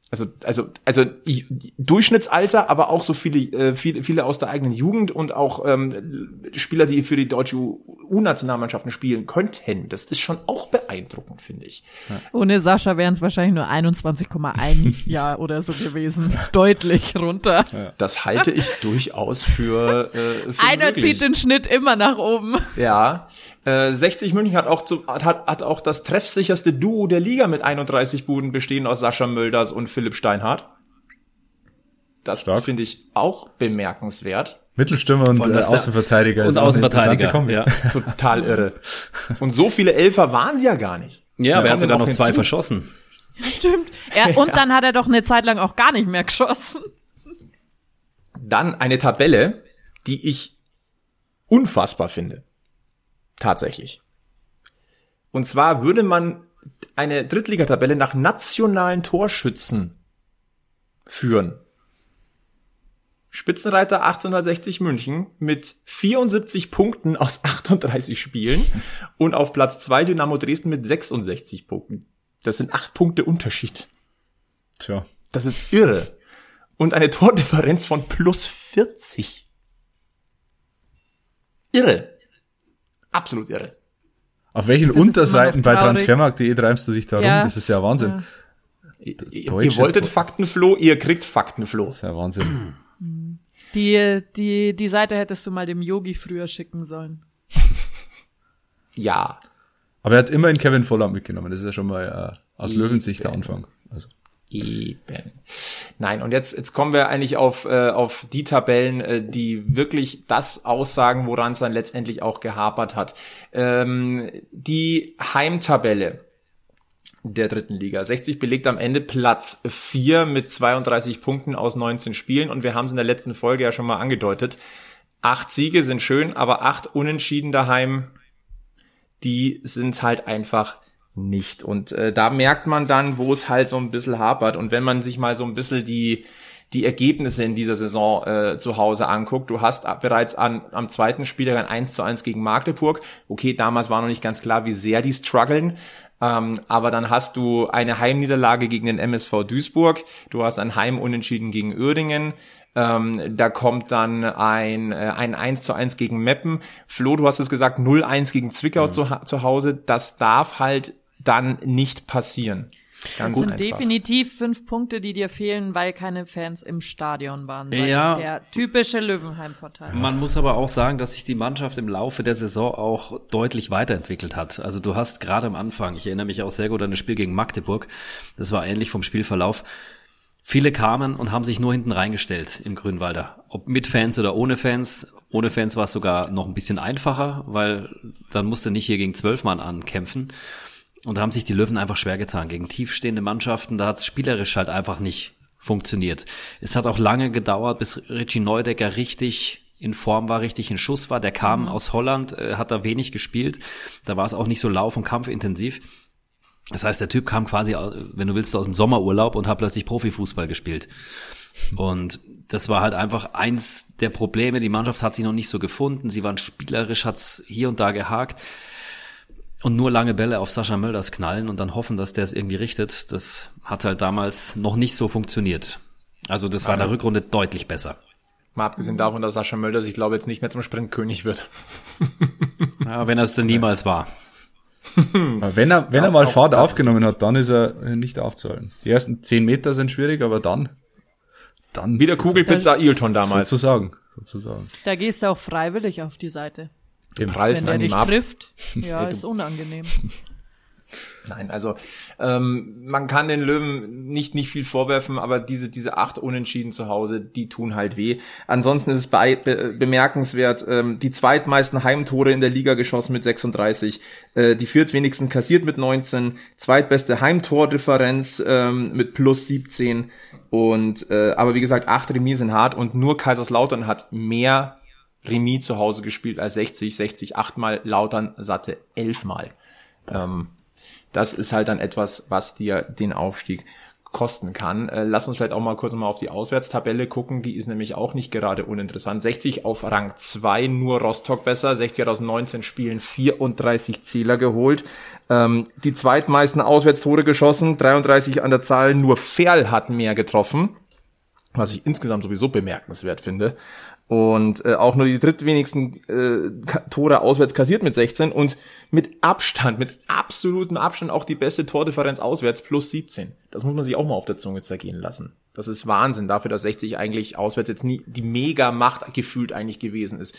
Durchschnittsalter, aber auch so viele aus der eigenen Jugend und auch Spieler, die für die deutsche U-Nationalmannschaften spielen könnten. Das ist schon auch beeindruckend, finde ich. Ja. Ohne Sascha wären es wahrscheinlich nur 21,1 Jahr oder so gewesen. Deutlich runter. Ja. Das halte ich durchaus für einer möglich. Zieht den Schnitt immer nach oben. Ja. 60 München hat auch das treffsicherste Duo der Liga mit 31 Buden, bestehend aus Sascha Mölders und Philipp Steinhardt. Das finde ich auch bemerkenswert. Mittelstürmer und Außenverteidiger. Und Außenverteidiger, ja. Total irre. Und so viele Elfer waren sie ja gar nicht. Ja, aber er hat sogar noch 2 verschossen. Stimmt. Und dann hat er doch eine Zeit lang auch gar nicht mehr geschossen. Dann eine Tabelle, die ich unfassbar finde. Tatsächlich. Und zwar würde man eine Drittligatabelle nach nationalen Torschützen führen. Spitzenreiter 1860 München mit 74 Punkten aus 38 Spielen und auf Platz 2 Dynamo Dresden mit 66 Punkten. Das sind 8 Punkte Unterschied. Tja. Das ist irre. Und eine Tordifferenz von plus 40. Irre. Absolut irre. Auf welchen Unterseiten bei Transfermarkt.de treibst du dich da rum? Das ist ja Wahnsinn. Ja. Ihr wolltet Faktenfloh, ihr kriegt Faktenfloh. Das ist ja Wahnsinn. Die Seite hättest du mal dem Yogi früher schicken sollen. Ja. Aber er hat immerhin Kevin Volland mitgenommen. Das ist ja schon mal aus Löwensicht der Anfang. Also. Eben. Nein, und jetzt kommen wir eigentlich auf die Tabellen, die wirklich das aussagen, woran es dann letztendlich auch gehapert hat. Die Heimtabelle der dritten Liga. 60 belegt am Ende Platz 4 mit 32 Punkten aus 19 Spielen und wir haben es in der letzten Folge ja schon mal angedeutet. 8 Siege sind schön, aber 8 Unentschieden daheim, die sind halt einfach nicht. Und da merkt man dann, wo es halt so ein bisschen hapert. Und wenn man sich mal so ein bisschen die Ergebnisse in dieser Saison zu Hause anguckt, du hast bereits am zweiten Spieltag ein 1:1 gegen Magdeburg. Okay, damals war noch nicht ganz klar, wie sehr die strugglen. Aber dann hast du eine Heimniederlage gegen den MSV Duisburg. Du hast ein Heimunentschieden gegen Uerdingen. Da kommt dann ein 1:1 gegen Meppen. Flo, du hast es gesagt, 0:1 gegen Zwickau zu Hause. Das darf halt dann nicht passieren. Das sind definitiv 5 Punkte, die dir fehlen, weil keine Fans im Stadion waren. Ja. Der typische Löwenheim-Vorteil. Man muss aber auch sagen, dass sich die Mannschaft im Laufe der Saison auch deutlich weiterentwickelt hat. Also du hast gerade am Anfang, ich erinnere mich auch sehr gut an das Spiel gegen Magdeburg, das war ähnlich vom Spielverlauf, viele kamen und haben sich nur hinten reingestellt im Grünwalder. Ob mit Fans oder ohne Fans. Ohne Fans war es sogar noch ein bisschen einfacher, weil dann musste nicht hier gegen 12 Mann ankämpfen. Und da haben sich die Löwen einfach schwer getan. Gegen tiefstehende Mannschaften, da hat es spielerisch halt einfach nicht funktioniert. Es hat auch lange gedauert, bis Richie Neudecker richtig in Form war, richtig in Schuss war. Der kam aus Holland, hat da wenig gespielt. Da war es auch nicht so lauf- und kampfintensiv. Das heißt, der Typ kam quasi, wenn du willst, aus dem Sommerurlaub und hat plötzlich Profifußball gespielt. Und das war halt einfach eins der Probleme. Die Mannschaft hat sich noch nicht so gefunden. Sie waren spielerisch, hat's hier und da gehakt. Und nur lange Bälle auf Sascha Mölders knallen und dann hoffen, dass der es irgendwie richtet, das hat halt damals noch nicht so funktioniert. Also das war in der Rückrunde deutlich besser. Mal abgesehen davon, dass Sascha Mölders, ich glaube, jetzt nicht mehr zum Sprintkönig wird. Ja, wenn er es denn niemals war. Wenn er mal Fahrt aufgenommen hat, dann ist er nicht aufzuhalten. Die ersten 10 Meter sind schwierig, aber dann wie der Kugelpizza Ailton damals. Sozusagen. Da gehst du auch freiwillig auf die Seite. Wenn der dich trifft, ist unangenehm. Nein, also man kann den Löwen nicht viel vorwerfen, aber diese 8 Unentschieden zu Hause, die tun halt weh. Ansonsten ist es bemerkenswert, die zweitmeisten Heimtore in der Liga geschossen mit 36, die viertwenigsten kassiert mit 19, zweitbeste Heimtordifferenz mit plus 17 und aber wie gesagt, 8 Remis sind hart und nur Kaiserslautern hat mehr Remis zu Hause gespielt als 60 8-mal, Lautern satte 11-mal. Das ist halt dann etwas, was dir den Aufstieg kosten kann. Lass uns vielleicht auch mal kurz mal auf die Auswärtstabelle gucken. Die ist nämlich auch nicht gerade uninteressant. 60 auf Rang 2, nur Rostock besser. 60 hat aus 19 Spielen 34 Zähler geholt. Die zweitmeisten Auswärtstore geschossen, 33 an der Zahl. Nur Ferl hat mehr getroffen, was ich insgesamt sowieso bemerkenswert finde. Und auch nur die drittwenigsten Tore auswärts kassiert mit 16 und mit absolutem Abstand auch die beste Tordifferenz auswärts plus 17. Das muss man sich auch mal auf der Zunge zergehen lassen. Das ist Wahnsinn dafür, dass 60 eigentlich auswärts jetzt nie die Mega-Macht gefühlt eigentlich gewesen ist.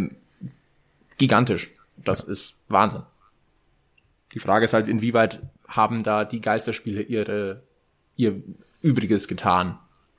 Gigantisch. Das ist Wahnsinn. Die Frage ist halt, inwieweit haben da die Geisterspiele ihr Übriges getan?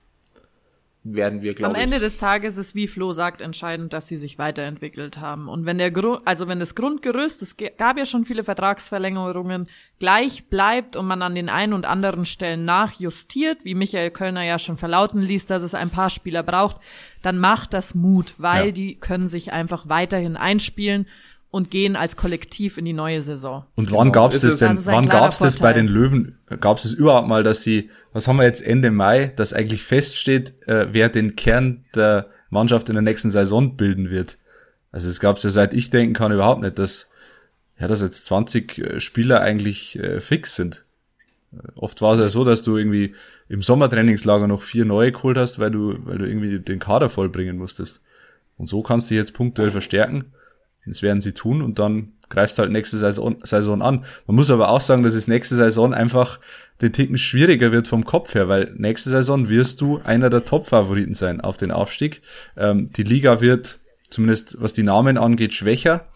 Werden wir, glaube ich. Am Ende des Tages ist, wie Flo sagt, entscheidend, dass sie sich weiterentwickelt haben. Und wenn wenn das Grundgerüst, es gab ja schon viele Vertragsverlängerungen, gleich bleibt und man an den einen und anderen Stellen nachjustiert, wie Michael Kölner ja schon verlauten ließ, dass es ein paar Spieler braucht, dann macht das Mut, weil die können sich einfach weiterhin einspielen und gehen als Kollektiv in die neue Saison. Und wann gab es das denn? Wann gab es das bei den Löwen? Gab es es überhaupt mal, dass sie, was haben wir jetzt Ende Mai, dass eigentlich feststeht, wer den Kern der Mannschaft in der nächsten Saison bilden wird? Also es gab es ja, seit ich denken kann, überhaupt nicht, dass jetzt 20 Spieler eigentlich fix sind. Oft war es ja so, dass du irgendwie im Sommertrainingslager noch 4 neue geholt hast, weil du irgendwie den Kader vollbringen musstest. Und so kannst du jetzt punktuell verstärken. Das werden sie tun und dann greifst halt nächste Saison an. Man muss aber auch sagen, dass es nächste Saison einfach den Ticken schwieriger wird vom Kopf her, weil nächste Saison wirst du einer der Top-Favoriten sein auf den Aufstieg. Die Liga wird, zumindest was die Namen angeht, schwächer.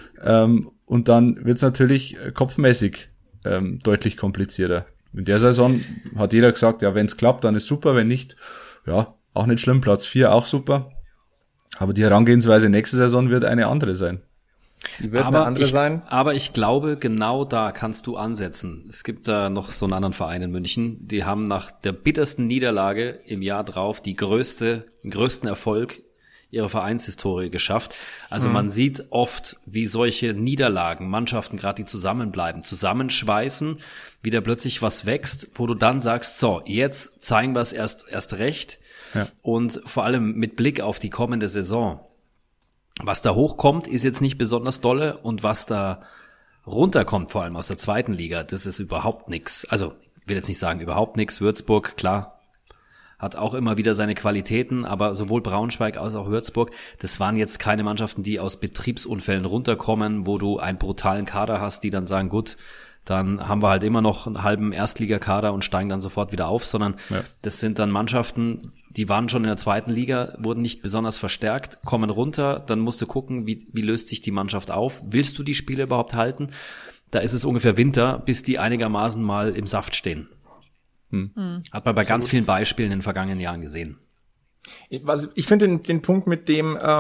Und dann wird es natürlich kopfmäßig deutlich komplizierter. In der Saison hat jeder gesagt, ja, wenn es klappt, dann ist super, wenn nicht, ja, auch nicht schlimm, Platz 4 auch super. Aber die Herangehensweise nächste Saison wird eine andere sein. Die wird eine andere sein. Aber ich glaube, genau da kannst du ansetzen. Es gibt da noch so einen anderen Verein in München, die haben nach der bittersten Niederlage im Jahr drauf den größten Erfolg ihrer Vereinshistorie geschafft. Also man sieht oft, wie solche Niederlagen Mannschaften, gerade die zusammenbleiben, zusammenschweißen, wie da plötzlich was wächst, wo du dann sagst, so, jetzt zeigen wir es erst recht. Ja. Und vor allem mit Blick auf die kommende Saison. Was da hochkommt, ist jetzt nicht besonders dolle und was da runterkommt, vor allem aus der zweiten Liga, das ist überhaupt nix. Also, ich will jetzt nicht sagen überhaupt nix. Würzburg, klar, hat auch immer wieder seine Qualitäten, aber sowohl Braunschweig als auch Würzburg, das waren jetzt keine Mannschaften, die aus Betriebsunfällen runterkommen, wo du einen brutalen Kader hast, die dann sagen, gut, dann haben wir halt immer noch einen halben Erstligakader und steigen dann sofort wieder auf, sondern das sind dann Mannschaften, die waren schon in der zweiten Liga, wurden nicht besonders verstärkt, kommen runter, dann musst du gucken, wie löst sich die Mannschaft auf, willst du die Spiele überhaupt halten? Da ist es ungefähr Winter, bis die einigermaßen mal im Saft stehen. Hat man bei ganz vielen Beispielen in den vergangenen Jahren gesehen. Ich finde den Punkt mit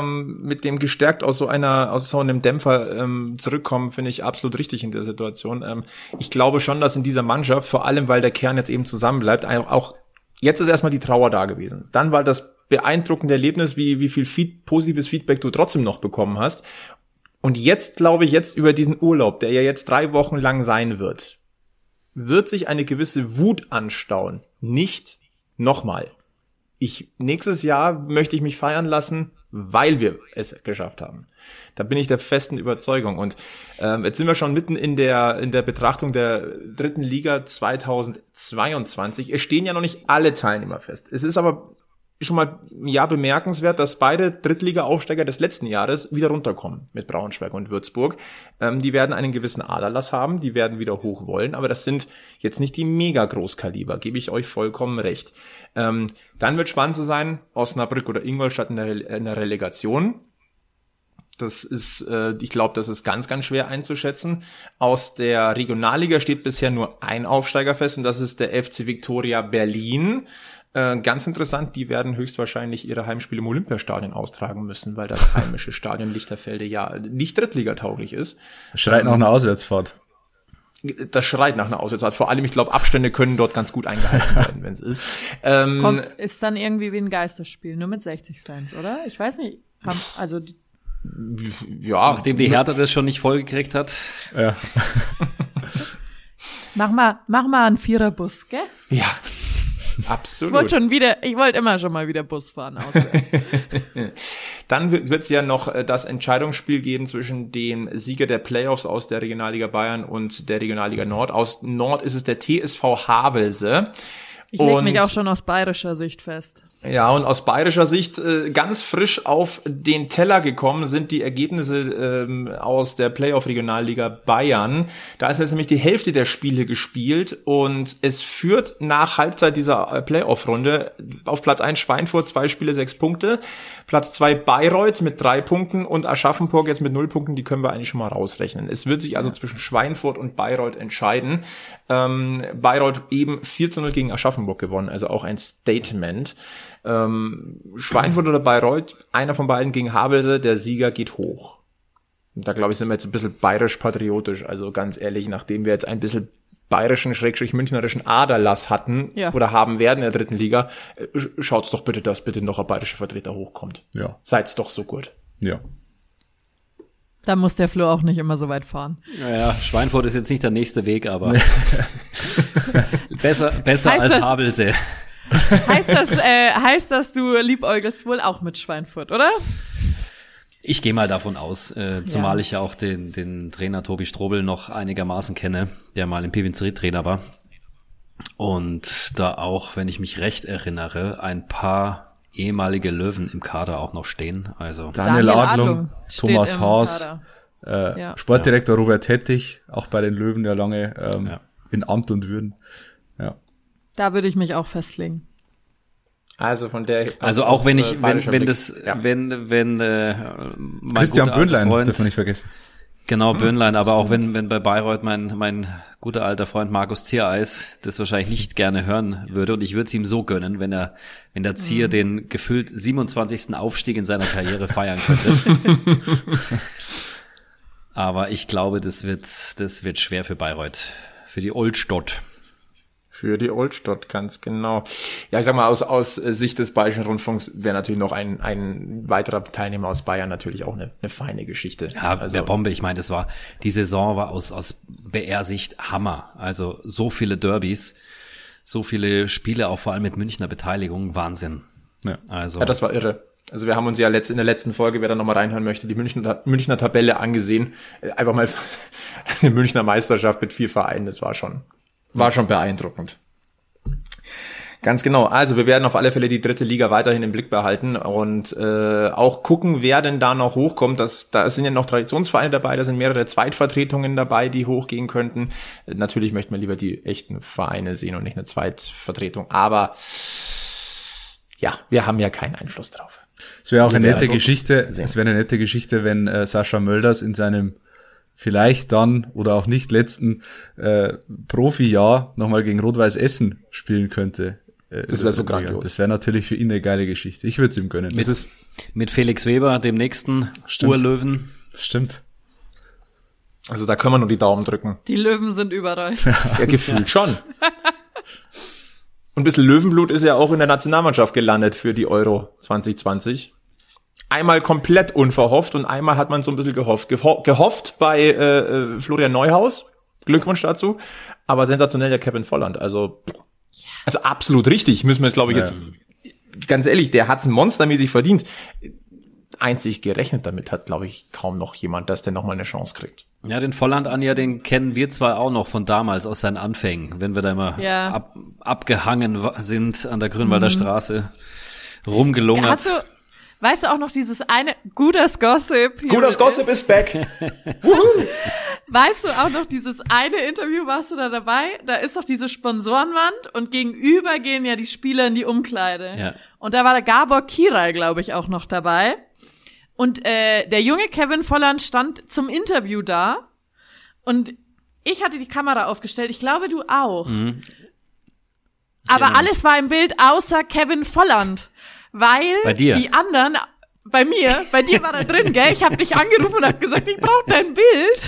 dem gestärkt aus so einem Dämpfer zurückkommen, finde ich absolut richtig in der Situation. Ich glaube schon, dass in dieser Mannschaft, vor allem weil der Kern jetzt eben zusammenbleibt, auch jetzt ist erstmal die Trauer da gewesen. Dann war das beeindruckende Erlebnis, wie viel positives Feedback du trotzdem noch bekommen hast. Und jetzt glaube ich, über diesen Urlaub, der ja jetzt 3 Wochen lang sein wird sich eine gewisse Wut anstauen. Nicht nochmal. Nächstes Jahr möchte ich mich feiern lassen, weil wir es geschafft haben. Da bin ich der festen Überzeugung. Und jetzt sind wir schon mitten in der Betrachtung der dritten Liga 2022. Es stehen ja noch nicht alle Teilnehmer fest. Es ist aber schon mal bemerkenswert, dass beide Drittliga-Aufsteiger des letzten Jahres wieder runterkommen mit Braunschweig und Würzburg. Die werden einen gewissen Aderlass haben, die werden wieder hoch wollen, aber das sind jetzt nicht die Mega-Großkaliber, gebe ich euch vollkommen recht. Dann wird spannend zu sein, Osnabrück oder Ingolstadt in der Relegation. Das ist, ich glaube, das ist ganz, ganz schwer einzuschätzen. Aus der Regionalliga steht bisher nur ein Aufsteiger fest und das ist der FC Viktoria Berlin. Ganz interessant, die werden höchstwahrscheinlich ihre Heimspiele im Olympiastadion austragen müssen, weil das heimische Stadion Lichterfelde ja nicht drittligatauglich ist. Schreit nach einer Auswärtsfahrt. Das schreit nach einer Auswärtsfahrt. Vor allem, ich glaube, Abstände können dort ganz gut eingehalten werden, wenn es ist. Ist dann irgendwie wie ein Geisterspiel, nur mit 60 Fans, oder? Ich weiß nicht. Ja. Nachdem die Hertha das schon nicht vollgekriegt hat. Ja. Mach mal einen Viererbus, gell? Ja. Absolut. Ich wollte immer schon mal wieder Bus fahren auswärts. Dann wird es ja noch das Entscheidungsspiel geben zwischen dem Sieger der Playoffs aus der Regionalliga Bayern und der Regionalliga Nord. Aus Nord ist es der TSV Havelse. Ich lege mich auch schon aus bayerischer Sicht fest. Ja, und aus bayerischer Sicht ganz frisch auf den Teller gekommen sind die Ergebnisse aus der Playoff-Regionalliga Bayern. Da ist jetzt nämlich die Hälfte der Spiele gespielt und es führt nach Halbzeit dieser Playoff-Runde auf Platz 1 Schweinfurt, 2 Spiele, 6 Punkte. Platz 2 Bayreuth mit 3 Punkten und Aschaffenburg jetzt mit 0 Punkten, die können wir eigentlich schon mal rausrechnen. Es wird sich also zwischen Schweinfurt und Bayreuth entscheiden. Bayreuth eben 4-0 gegen Aschaffenburg gewonnen, also auch ein Statement. Schweinfurt oder Bayreuth, einer von beiden gegen Havelse, der Sieger geht hoch. Und da glaube ich, sind wir jetzt ein bisschen bayerisch-patriotisch, also ganz ehrlich, nachdem wir jetzt ein bisschen bayerischen, münchnerischen Aderlass hatten oder haben werden in der 3. Liga, schaut's doch bitte, dass bitte noch ein bayerischer Vertreter hochkommt. Ja. Seid's doch so gut. Ja. Da muss der Flo auch nicht immer so weit fahren. Naja, Schweinfurt ist jetzt nicht der nächste Weg, aber besser als Havelse. Heißt das, du liebäugelst wohl auch mit Schweinfurt, oder? Ich gehe mal davon aus, zumal ich ja auch den Trainer Tobi Strobel noch einigermaßen kenne, der mal im Piwinz Ried Trainer war. Und da auch, wenn ich mich recht erinnere, ein paar ehemalige Löwen im Kader auch noch stehen. Also Daniel Adlung, Thomas Haas, Sportdirektor Robert Hettich, auch bei den Löwen ja lange in Amt und Würden. Ja. Da würde ich mich auch festlegen. Also von der, also auch wenn mein Christian Böhnlein, darf man nicht vergessen. Genau, Böhnlein, aber auch wenn bei Bayreuth mein guter alter Freund Markus Ziereis das wahrscheinlich nicht gerne hören würde, und ich würde es ihm so gönnen, wenn der Zier den gefühlt 27. Aufstieg in seiner Karriere feiern könnte. Aber ich glaube, das wird schwer für Bayreuth, für die Oldstadt. Für die Oldstadt, ganz genau. Ja, ich sag mal, aus Sicht des Bayerischen Rundfunks wäre natürlich noch ein weiterer Teilnehmer aus Bayern natürlich auch eine feine Geschichte. Ja, also, der Bombe. Ich meine, die Saison war aus BR-Sicht Hammer. Also so viele Derbys, so viele Spiele, auch vor allem mit Münchner Beteiligung, Wahnsinn. Ja, also. Ja, das war irre. Also wir haben uns ja in der letzten Folge, wer da nochmal reinhören möchte, die Münchner Tabelle angesehen. Einfach mal eine Münchner Meisterschaft mit 4 Vereinen, das war schon beeindruckend. Ganz genau. Also wir werden auf alle Fälle die 3. Liga weiterhin im Blick behalten und auch gucken, wer denn da noch hochkommt. Da sind ja noch Traditionsvereine dabei, da sind mehrere Zweitvertretungen dabei, die hochgehen könnten. Natürlich möchten wir lieber die echten Vereine sehen und nicht eine Zweitvertretung. Aber ja, wir haben ja keinen Einfluss drauf. Es wäre auch eine nette Geschichte. Es wäre eine nette Geschichte, wenn Sascha Mölders in seinem vielleicht dann oder auch nicht letzten Profi-Jahr nochmal gegen Rot-Weiß Essen spielen könnte. Das wäre so grandios. Das wäre natürlich für ihn eine geile Geschichte. Ich würde es ihm gönnen. Mit Felix Weber, dem nächsten Urlöwen. Stimmt. Also da können wir nur die Daumen drücken. Die Löwen sind überall. Ja, gefühlt schon. Und ein bisschen Löwenblut ist ja auch in der Nationalmannschaft gelandet für die Euro 2020. Einmal komplett unverhofft und einmal hat man so ein bisschen gehofft bei Florian Neuhaus. Glückwunsch dazu. Aber sensationell der Kevin Volland. Also absolut richtig. Müssen wir jetzt, glaube ich, jetzt ganz ehrlich, der hat's monstermäßig verdient. Einzig gerechnet damit hat, glaube ich, kaum noch jemand, dass der nochmal eine Chance kriegt. Ja, den Volland, Anja, den kennen wir zwar auch noch von damals, aus seinen Anfängen, wenn wir da immer abgehangen sind an der Grünwalder Straße, rumgelungert. Weißt du auch noch dieses eine, Guders Gossip? Guders Gossip is back. Weißt du auch noch dieses eine Interview, warst du da dabei? Da ist doch diese Sponsorenwand und gegenüber gehen ja die Spieler in die Umkleide. Ja. Und da war der Gabor Kiral, glaube ich, auch noch dabei. Und der junge Kevin Volland stand zum Interview da und ich hatte die Kamera aufgestellt. Ich glaube, du auch. Mhm. Aber alles war im Bild außer Kevin Volland. Weil die anderen, bei dir war da drin, gell? Ich habe dich angerufen und habe gesagt, ich brauche dein Bild.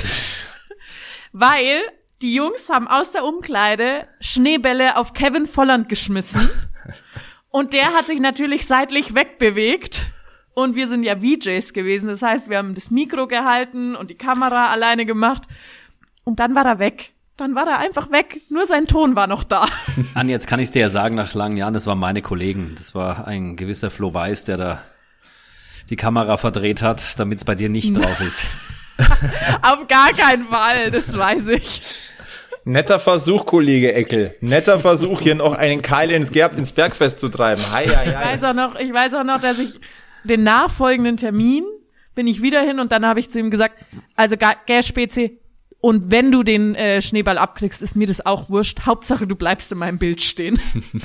Weil die Jungs haben aus der Umkleide Schneebälle auf Kevin Volland geschmissen. Und der hat sich natürlich seitlich wegbewegt. Und wir sind ja VJs gewesen. Das heißt, wir haben das Mikro gehalten und die Kamera alleine gemacht. Und dann war er weg. dann war er einfach weg. Nur sein Ton war noch da. Anja, jetzt kann ich dir ja sagen, nach langen Jahren, das waren meine Kollegen. Das war ein gewisser Flo Weiß, der da die Kamera verdreht hat, damit es bei dir nicht drauf ist. Auf gar keinen Fall, das weiß ich. Netter Versuch, Kollege Eckel. Netter Versuch, hier noch einen Keil ins Bergfest zu treiben. Hei, hei, hei. Ich weiß auch noch, dass ich den nachfolgenden Termin bin ich wieder hin und dann habe ich zu ihm gesagt, also gell, Spezi, und wenn du den Schneeball abkriegst, ist mir das auch wurscht. Hauptsache, du bleibst in meinem Bild stehen.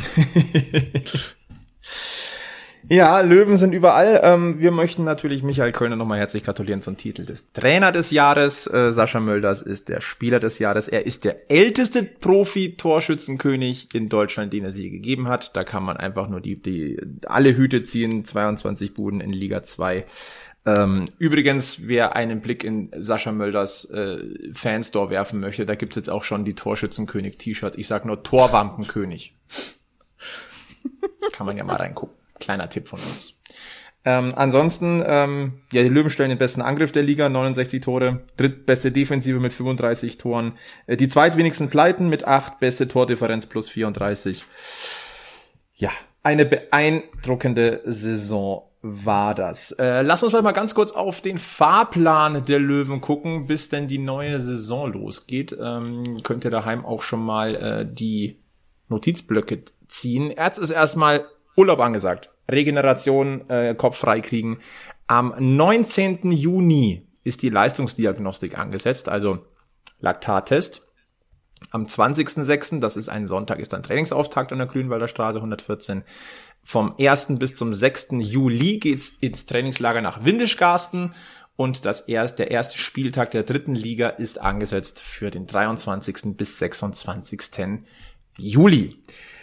Ja, Löwen sind überall. Wir möchten natürlich Michael Kölner nochmal herzlich gratulieren zum Titel des Trainer des Jahres. Sascha Mölders ist der Spieler des Jahres. Er ist der älteste Profi-Torschützenkönig in Deutschland, den es je gegeben hat. Da kann man einfach nur alle Hüte ziehen. 22 Buden in Liga 2. Übrigens, wer einen Blick in Sascha Mölders Fanstore werfen möchte, da gibt's jetzt auch schon die Torschützenkönig-T-Shirts. Ich sag nur Torwampenkönig. Kann man ja mal reingucken. Kleiner Tipp von uns. Ansonsten, die Löwen stellen den besten Angriff der Liga, 69 Tore, drittbeste Defensive mit 35 Toren, die zweitwenigsten Pleiten mit 8, beste Tordifferenz plus 34. Ja, eine beeindruckende Saison war das. Lass uns mal ganz kurz auf den Fahrplan der Löwen gucken, bis denn die neue Saison losgeht. Könnt ihr daheim auch schon mal die Notizblöcke ziehen. Jetzt ist erstmal Urlaub angesagt. Regeneration, Kopf frei kriegen. Am 19. Juni ist die Leistungsdiagnostik angesetzt, also Laktattest. Am 20.06., das ist ein Sonntag, ist dann Trainingsauftakt an der Grünwalder Straße 114. Vom 1. bis zum 6. Juli geht's ins Trainingslager nach Windischgarsten und der erste Spieltag der 3. Liga ist angesetzt für den 23. bis 26. Juli.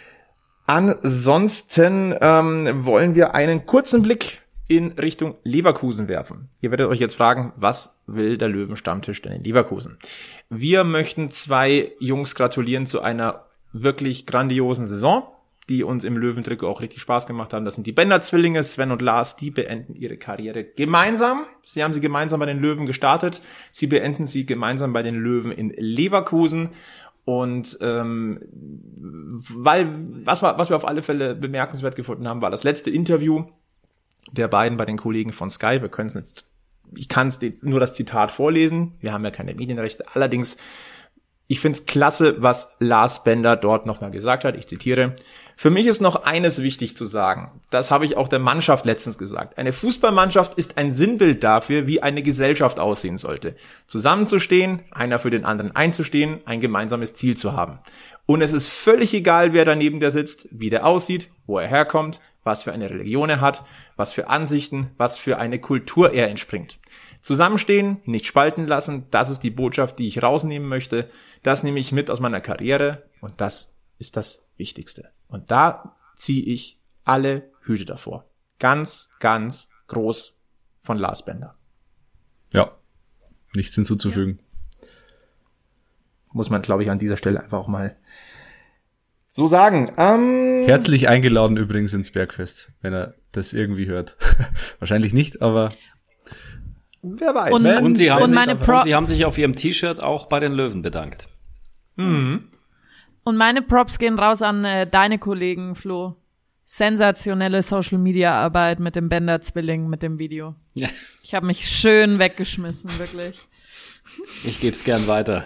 Ansonsten wollen wir einen kurzen Blick in Richtung Leverkusen werfen. Ihr werdet euch jetzt fragen, was will der Löwenstammtisch denn in Leverkusen? Wir möchten 2 Jungs gratulieren zu einer wirklich grandiosen Saison, die uns im Löwentrikot auch richtig Spaß gemacht haben. Das sind die Bender-Zwillinge, Sven und Lars, die beenden ihre Karriere gemeinsam. Sie haben sie gemeinsam bei den Löwen gestartet. Sie beenden sie gemeinsam bei den Löwen in Leverkusen. Und was wir auf alle Fälle bemerkenswert gefunden haben, war das letzte Interview der beiden bei den Kollegen von Sky. Ich kann nur das Zitat vorlesen. Wir haben ja keine Medienrechte. Allerdings, ich finde es klasse, was Lars Bender dort nochmal gesagt hat. Ich zitiere: Für mich ist noch eines wichtig zu sagen. Das habe ich auch der Mannschaft letztens gesagt. Eine Fußballmannschaft ist ein Sinnbild dafür, wie eine Gesellschaft aussehen sollte. Zusammenzustehen, einer für den anderen einzustehen, ein gemeinsames Ziel zu haben. Und es ist völlig egal, wer daneben der sitzt, wie der aussieht, wo er herkommt, was für eine Religion er hat, was für Ansichten, was für eine Kultur er entspringt. Zusammenstehen, nicht spalten lassen, das ist die Botschaft, die ich rausnehmen möchte. Das nehme ich mit aus meiner Karriere und das ist das Wichtigste. Und da ziehe ich alle Hüte davor. Ganz, ganz groß von Lars Bender. Ja, nichts hinzuzufügen. Muss man, glaube ich, an dieser Stelle einfach auch mal so sagen. Herzlich eingeladen übrigens ins Bergfest, wenn er das irgendwie hört. Wahrscheinlich nicht, aber wer weiß. Und sie haben sich auf ihrem T-Shirt auch bei den Löwen bedankt. Mhm. Und meine Props gehen raus an deine Kollegen, Flo. Sensationelle Social-Media-Arbeit mit dem Bender-Zwilling, mit dem Video. Ja. Ich habe mich schön weggeschmissen, wirklich. Ich gebe es gern weiter.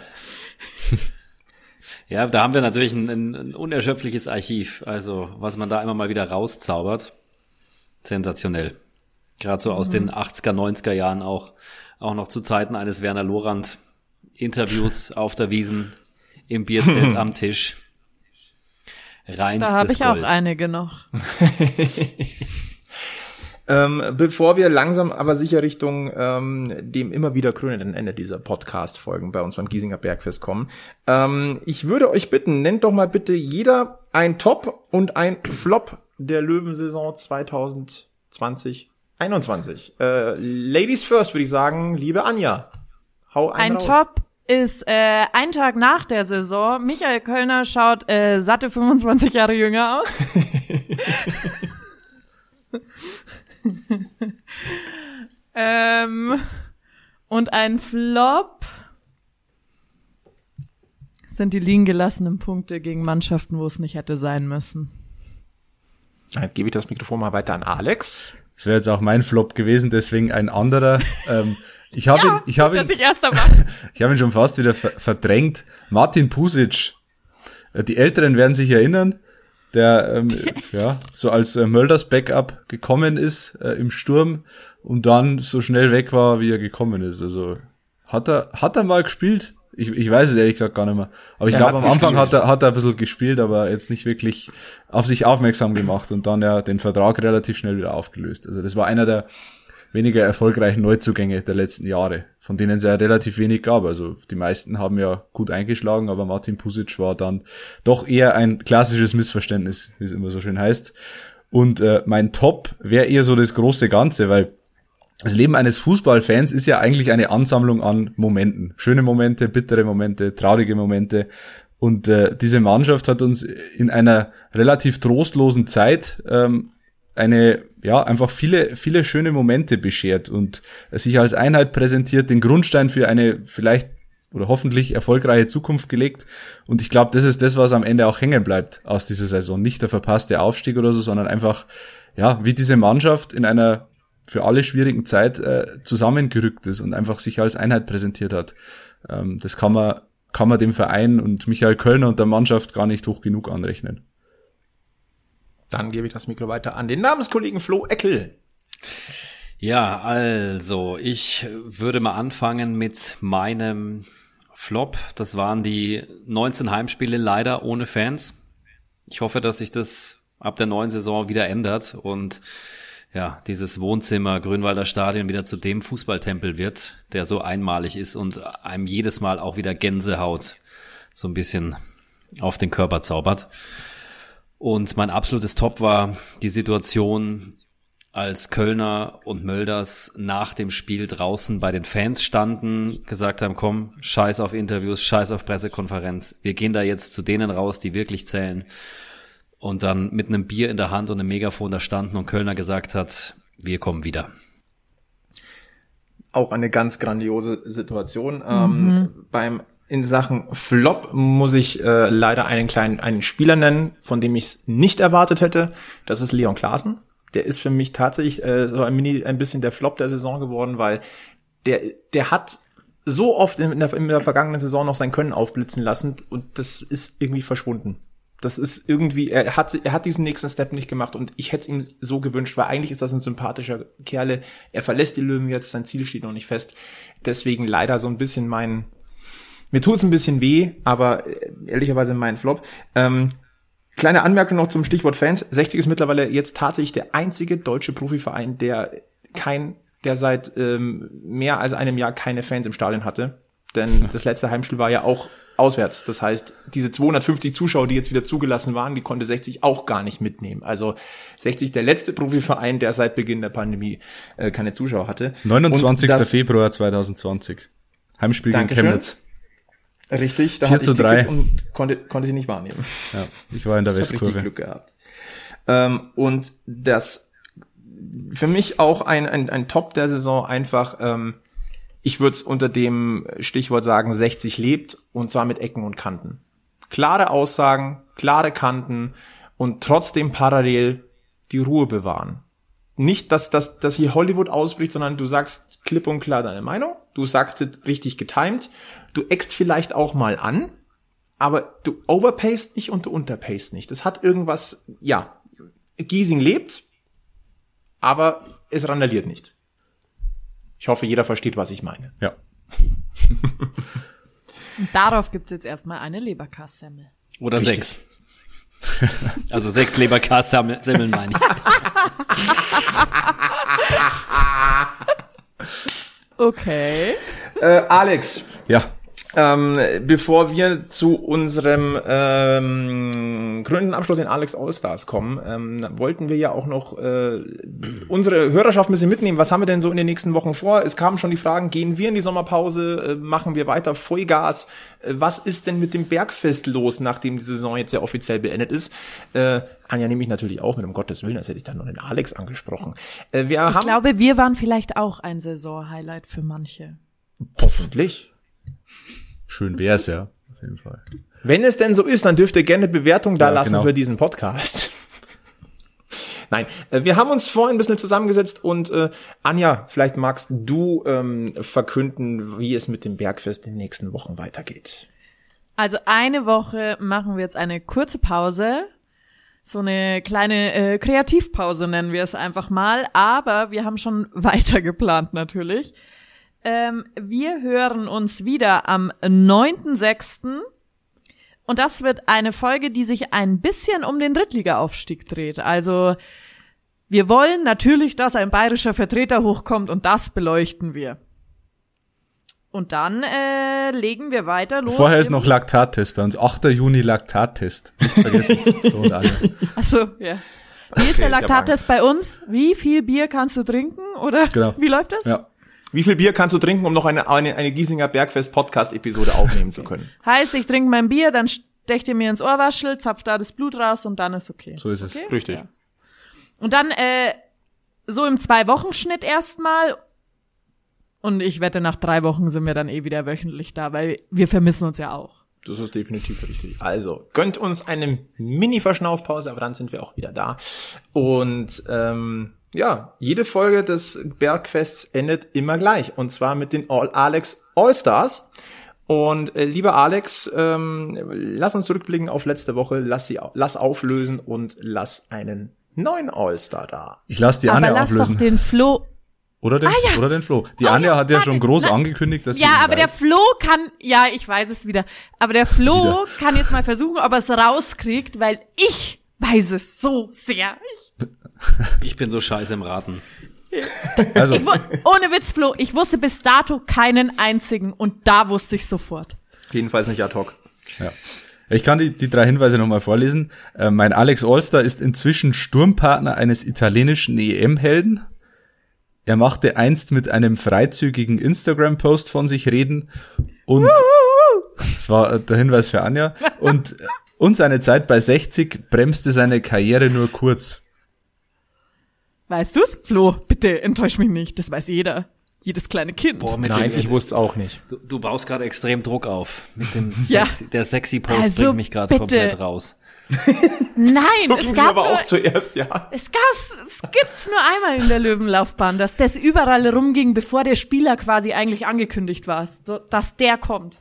Ja, da haben wir natürlich ein unerschöpfliches Archiv. Also, was man da immer mal wieder rauszaubert. Sensationell. Gerade so aus den 80er, 90er Jahren auch noch zu Zeiten eines Werner Lorand Interviews auf der Wiesn, im Bierzelt am Tisch. Reinstes Da habe ich Gold. auch einige noch. Bevor wir langsam aber sicher Richtung dem immer wieder krönenden Ende dieser Podcast-Folgen bei uns beim Giesinger Bergfest kommen, ich würde euch bitten, nennt doch mal bitte jeder ein Top und ein Flop der Löwensaison 2020-21. Ladies first, würde ich sagen, liebe Anja, hau einen raus. Ein Top ist ein Tag nach der Saison. Michael Kölner schaut satte 25 Jahre jünger aus. Und ein Flop. sind die liegen gelassenen Punkte gegen Mannschaften, wo es nicht hätte sein müssen. Dann gebe ich das Mikrofon mal weiter an Alex. Das wäre jetzt auch mein Flop gewesen, deswegen ein anderer. Ich habe ihn schon fast wieder verdrängt. Martin Pusic. Die Älteren werden sich erinnern, der so als Mölders Backup gekommen ist im Sturm und dann so schnell weg war, wie er gekommen ist. Also hat er mal gespielt? Ich weiß es ehrlich gesagt gar nicht mehr. Aber ich glaube, am Anfang hat er ein bisschen gespielt, aber jetzt nicht wirklich auf sich aufmerksam gemacht und dann ja den Vertrag relativ schnell wieder aufgelöst. Also das war einer der weniger erfolgreichen Neuzugänge der letzten Jahre, von denen es ja relativ wenig gab. Also die meisten haben ja gut eingeschlagen, aber Martin Pusic war dann doch eher ein klassisches Missverständnis, wie es immer so schön heißt. Und mein Top wäre eher so das große Ganze, weil das Leben eines Fußballfans ist ja eigentlich eine Ansammlung an Momenten. Schöne Momente, bittere Momente, traurige Momente. Und diese Mannschaft hat uns in einer relativ trostlosen Zeit einfach viele schöne Momente beschert und sich als Einheit präsentiert, den Grundstein für eine vielleicht oder hoffentlich erfolgreiche Zukunft gelegt. Und ich glaube, das ist das, was am Ende auch hängen bleibt aus dieser Saison. Nicht der verpasste Aufstieg oder so, sondern einfach, wie diese Mannschaft in einer für alle schwierigen Zeit zusammengerückt ist und einfach sich als Einheit präsentiert hat. Das kann man dem Verein und Michael Kölner und der Mannschaft gar nicht hoch genug anrechnen. Dann gebe ich das Mikro weiter an den Namenskollegen Flo Eckel. Ja, also ich würde mal anfangen mit meinem Flop. Das waren die 19 Heimspiele leider ohne Fans. Ich hoffe, dass sich das ab der neuen Saison wieder ändert und dieses Wohnzimmer Grünwalder Stadion wieder zu dem Fußballtempel wird, der so einmalig ist und einem jedes Mal auch wieder Gänsehaut so ein bisschen auf den Körper zaubert. Und mein absolutes Top war die Situation, als Kölner und Mölders nach dem Spiel draußen bei den Fans standen, gesagt haben, komm, scheiß auf Interviews, scheiß auf Pressekonferenz, wir gehen da jetzt zu denen raus, die wirklich zählen. Und dann mit einem Bier in der Hand und einem Megafon da standen und Kölner gesagt hat, wir kommen wieder. Auch eine ganz grandiose Situation. In Sachen Flop muss ich leider einen Spieler nennen, von dem ich es nicht erwartet hätte. Das ist Leon Klaassen. Der ist für mich tatsächlich so ein bisschen der Flop der Saison geworden, weil der hat so oft in der vergangenen Saison noch sein Können aufblitzen lassen und das ist irgendwie verschwunden. Das ist irgendwie, er hat diesen nächsten Step nicht gemacht und ich hätte es ihm so gewünscht, weil eigentlich ist das ein sympathischer Kerle. Er verlässt die Löwen jetzt, sein Ziel steht noch nicht fest. Deswegen leider so ein bisschen mir tut's ein bisschen weh, aber ehrlicherweise mein Flop. Kleine Anmerkung noch zum Stichwort Fans. 60 ist mittlerweile jetzt tatsächlich der einzige deutsche Profiverein, der seit mehr als einem Jahr keine Fans im Stadion hatte. Denn das letzte Heimspiel war ja auch auswärts. Das heißt, diese 250 Zuschauer, die jetzt wieder zugelassen waren, die konnte 60 auch gar nicht mitnehmen. Also 60 der letzte Profiverein, der seit Beginn der Pandemie keine Zuschauer hatte. 29. Februar 2020. Heimspiel gegen Chemnitz. Richtig, da hatte ich Tickets und konnte sie nicht wahrnehmen. Ja, ich war in der Westkurve. Ich habe richtig Glück gehabt. Und das für mich auch ein Top der Saison einfach, ich würde es unter dem Stichwort sagen, 60 lebt und zwar mit Ecken und Kanten. Klare Aussagen, klare Kanten und trotzdem parallel die Ruhe bewahren. Nicht, dass hier Hollywood ausbricht, sondern du sagst klipp und klar deine Meinung, du sagst es richtig getimed, du eckst vielleicht auch mal an, aber du overpayst nicht und du unterpayst nicht. Das hat irgendwas, Giesing lebt, aber es randaliert nicht. Ich hoffe, jeder versteht, was ich meine. Ja. Und darauf gibt's jetzt erstmal eine Leberkassemmel. Oder richtig. 6. Also 6 Leberkassemmeln meine ich. Okay. Alex. Ja. Bevor wir zu unserem krönenden Abschluss in Alex Allstars kommen, wollten wir ja auch noch unsere Hörerschaft ein bisschen mitnehmen. Was haben wir denn so in den nächsten Wochen vor? Es kamen schon die Fragen, gehen wir in die Sommerpause, machen wir weiter Vollgas? Was ist denn mit dem Bergfest los, nachdem die Saison jetzt ja offiziell beendet ist? Anja nehme ich natürlich auch mit, um Gottes Willen, das hätte ich dann noch den Alex angesprochen. Ich glaube, wir waren vielleicht auch ein Saison-Highlight für manche. Hoffentlich. Schön wär's, ja. Auf jeden Fall. Wenn es denn so ist, dann dürft ihr gerne Bewertung da lassen genau. für diesen Podcast. Nein, wir haben uns vorhin ein bisschen zusammengesetzt und Anja, vielleicht magst du verkünden, wie es mit dem Bergfest in den nächsten Wochen weitergeht. Also eine Woche machen wir jetzt eine kurze Pause, so eine kleine Kreativpause nennen wir es einfach mal, aber wir haben schon weiter geplant natürlich. Wir hören uns wieder am 9.6. Und das wird eine Folge, die sich ein bisschen um den Drittliga-Aufstieg dreht. Also wir wollen natürlich, dass ein bayerischer Vertreter hochkommt und das beleuchten wir. Und dann legen wir weiter los. Vorher ist noch Laktattest bei uns. 8. Juni Laktattest. Nicht vergessen. So und alle. Achso, ja. Wie ist der Laktattest bei uns? Wie viel Bier kannst du trinken? Oder Genau. Wie läuft das? Ja. Wie viel Bier kannst du trinken, um noch eine Giesinger Bergfest-Podcast-Episode aufnehmen zu können? Heißt, ich trinke mein Bier, dann stecht ihr mir ins Ohrwaschel, zapft da das Blut raus und dann ist okay. So ist es. Okay? Richtig. Ja. Und dann so im 2-Wochen-Schnitt erstmal. Und ich wette, nach 3 Wochen sind wir dann wieder wöchentlich da, weil wir vermissen uns ja auch. Das ist definitiv richtig. Also, gönnt uns eine Mini-Verschnaufpause, aber dann sind wir auch wieder da. Und ja, jede Folge des Bergfests endet immer gleich. Und zwar mit den Alex All-Stars. Und lieber Alex, lass uns zurückblicken auf letzte Woche. Lass auflösen und lass einen neuen All-Star da. Ich lasse die Aber Anja lass auflösen. doch den Flo. Oder den Flo. Die Anja hat ja schon groß angekündigt, dass sie Ja, ihn aber der weiß. Flo kann, ja, ich weiß es wieder. Aber der Flo kann jetzt mal versuchen, ob er es rauskriegt, weil ich weiß es so sehr. Ich bin so scheiße im Raten. Also, Ohne Witz, Flo, ich wusste bis dato keinen einzigen und da wusste ich sofort. Jedenfalls nicht ad hoc. ja. Ich kann die 3 Hinweise nochmal vorlesen. Mein Alex Allstar ist inzwischen Sturmpartner eines italienischen EM-Helden. Er machte einst mit einem freizügigen Instagram-Post von sich reden und das war der Hinweis für Anja und seine Zeit bei 60 bremste seine Karriere nur kurz. Weißt du's? Flo, bitte enttäusch mich nicht, das weiß jeder. Jedes kleine Kind. Boah, Nein, ich wusste es auch nicht. Du baust gerade extrem Druck auf. Mit dem Ja. der sexy Post Also bringt mich gerade bitte. komplett raus. Nein, So es ging's gab mir aber nur, auch zuerst, ja. es gibt's nur einmal in der Löwenlaufbahn, dass das überall rumging, bevor der Spieler quasi eigentlich angekündigt war, dass der kommt.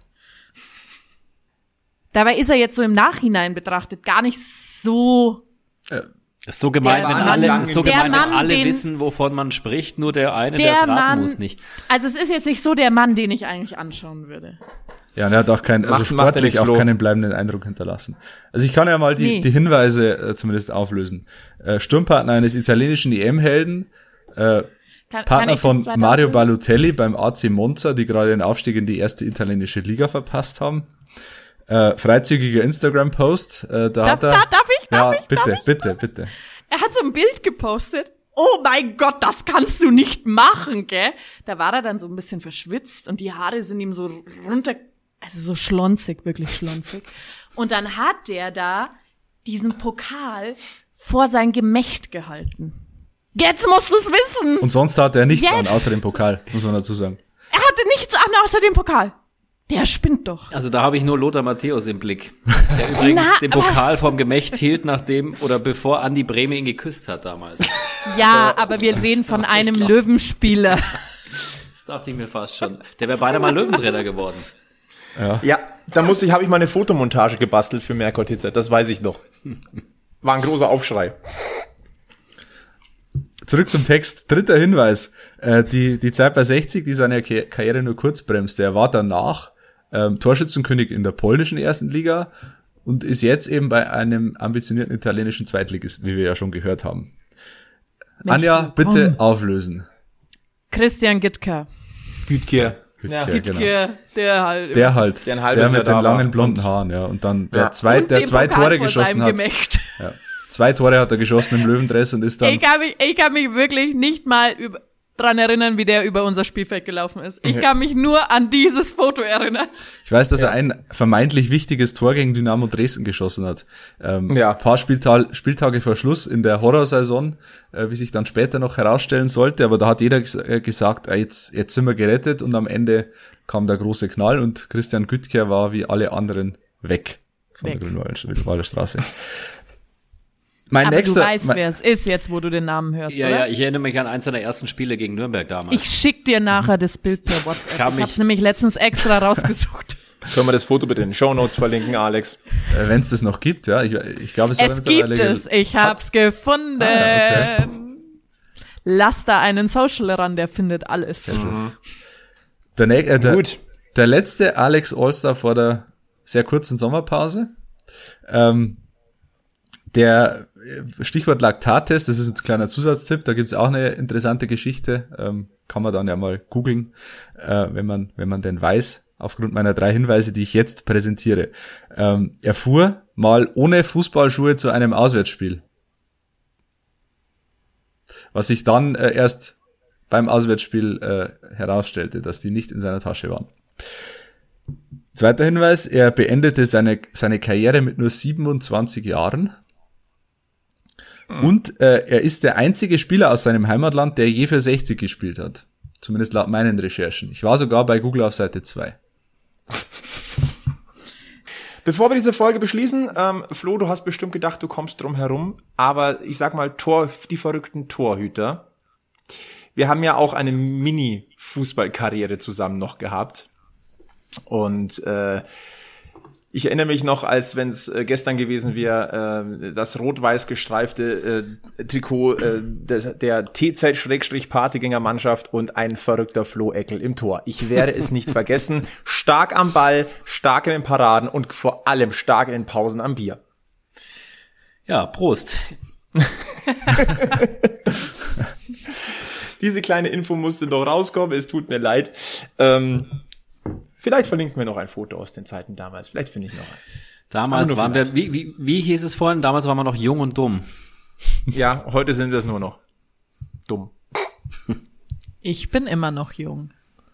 Dabei ist er jetzt so im Nachhinein betrachtet gar nicht so. Das ist so gemein, Der wenn Mann- alle, der so gemein, Mann, wenn alle den- wissen, wovon man spricht, nur der eine, Der der es raten Mann- muss, nicht. Also es ist jetzt nicht so der Mann, den ich eigentlich anschauen würde. Ja, und er hat auch Macht er sportlich nicht, auch Flo. keinen bleibenden Eindruck hinterlassen. Also ich kann ja mal die Hinweise zumindest auflösen. Sturmpartner eines italienischen EM-Helden, Partner von Mario Balotelli beim AC Monza, die gerade den Aufstieg in die erste italienische Liga verpasst haben. Freizügiger Instagram-Post, Darf ich? Bitte. Er hat so ein Bild gepostet. Oh mein Gott, das kannst du nicht machen, gell? Da war er dann so ein bisschen verschwitzt und die Haare sind ihm so runter, also so schlonzig, wirklich schlonzig. Und dann hat der da diesen Pokal vor sein Gemächt gehalten. Jetzt musst du's wissen! Und sonst hat er nichts an, Jetzt! außer dem Pokal, muss man dazu sagen. Er hatte nichts an außer dem Pokal. Der spinnt doch. Also da habe ich nur Lothar Matthäus im Blick, der übrigens den Pokal vom Gemächt hielt, nachdem oder bevor Andi Brehme ihn geküsst hat damals. Ja, aber wir reden von einem Löwenspieler. Das dachte ich mir fast schon. Der wäre beinahe mal Löwentrainer geworden. Ja, da habe ich mal eine Fotomontage gebastelt für Merkur TZ, das weiß ich noch. War ein großer Aufschrei. Zurück zum Text. 3. Hinweis. Die Zeit bei 60, die seine Karriere nur kurz bremste. Er war danach Torschützenkönig in der polnischen ersten Liga und ist jetzt eben bei einem ambitionierten italienischen Zweitligisten, wie wir ja schon gehört haben. Mensch, Anja, bitte auflösen. Christian Gittker. Gütkier. Ja, Genau. genau. Der halt. Der halt. Der ein halbes Der mit Jahr den da langen war. blonden Und- Haaren, ja. Und dann Ja. der zwei Und den Pokal Tore vor geschossen seinem hat. Gemächt. Ja. 2 Tore hat er geschossen im Löwendress und ist dann. Ich kann mich wirklich nicht mal dran erinnern, wie der über unser Spielfeld gelaufen ist. Ich kann mich nur an dieses Foto erinnern. Ich weiß, dass er ein vermeintlich wichtiges Tor gegen Dynamo Dresden geschossen hat. Ein paar Spieltage vor Schluss in der Horrorsaison, wie sich dann später noch herausstellen sollte. Aber da hat jeder gesagt, jetzt sind wir gerettet, und am Ende kam der große Knall und Christian Güttker war wie alle anderen weg von der Grünwalder Straße. Aber du weißt, wer es ist, jetzt wo du den Namen hörst, ja, oder? Ja, ich erinnere mich an eins seiner ersten Spiele gegen Nürnberg damals. Ich schick dir nachher das Bild per WhatsApp. Ich hab's nämlich letztens extra rausgesucht. Können wir das Foto bitte in den Shownotes verlinken, Alex? Wenn es das noch gibt, ja. Ich glaube, es gibt es. Ich hab's gefunden. Okay. Lass da einen Social ran, der findet alles. Der letzte Alex Allstar vor der sehr kurzen Sommerpause. Der Stichwort Laktattest, das ist ein kleiner Zusatztipp, da gibt's auch eine interessante Geschichte, kann man dann ja mal googeln, wenn man denn weiß, aufgrund meiner 3 Hinweise, die ich jetzt präsentiere. Er fuhr mal ohne Fußballschuhe zu einem Auswärtsspiel, was sich dann erst beim Auswärtsspiel herausstellte, dass die nicht in seiner Tasche waren. Zweiter Hinweis, er beendete seine Karriere mit nur 27 Jahren. Und er ist der einzige Spieler aus seinem Heimatland, der je für 60 gespielt hat. Zumindest laut meinen Recherchen. Ich war sogar bei Google auf Seite 2. Bevor wir diese Folge beschließen, Flo, du hast bestimmt gedacht, du kommst drum herum. Aber ich sag mal, die verrückten Torhüter. Wir haben ja auch eine Mini-Fußballkarriere zusammen noch gehabt. Und ich erinnere mich noch, als wenn es gestern gewesen wäre, das rot-weiß gestreifte Trikot der TZ-Partygänger-Mannschaft und ein verrückter Flo Eckel im Tor. Ich werde es nicht vergessen. Stark am Ball, stark in den Paraden und vor allem stark in den Pausen am Bier. Ja, Prost. Diese kleine Info musste doch rauskommen, es tut mir leid. Vielleicht verlinken wir noch ein Foto aus den Zeiten damals. Vielleicht finde ich noch eins. Damals waren wir, wie hieß es vorhin? Damals waren wir noch jung und dumm. Ja, heute sind wir es nur noch. Dumm. Ich bin immer noch jung.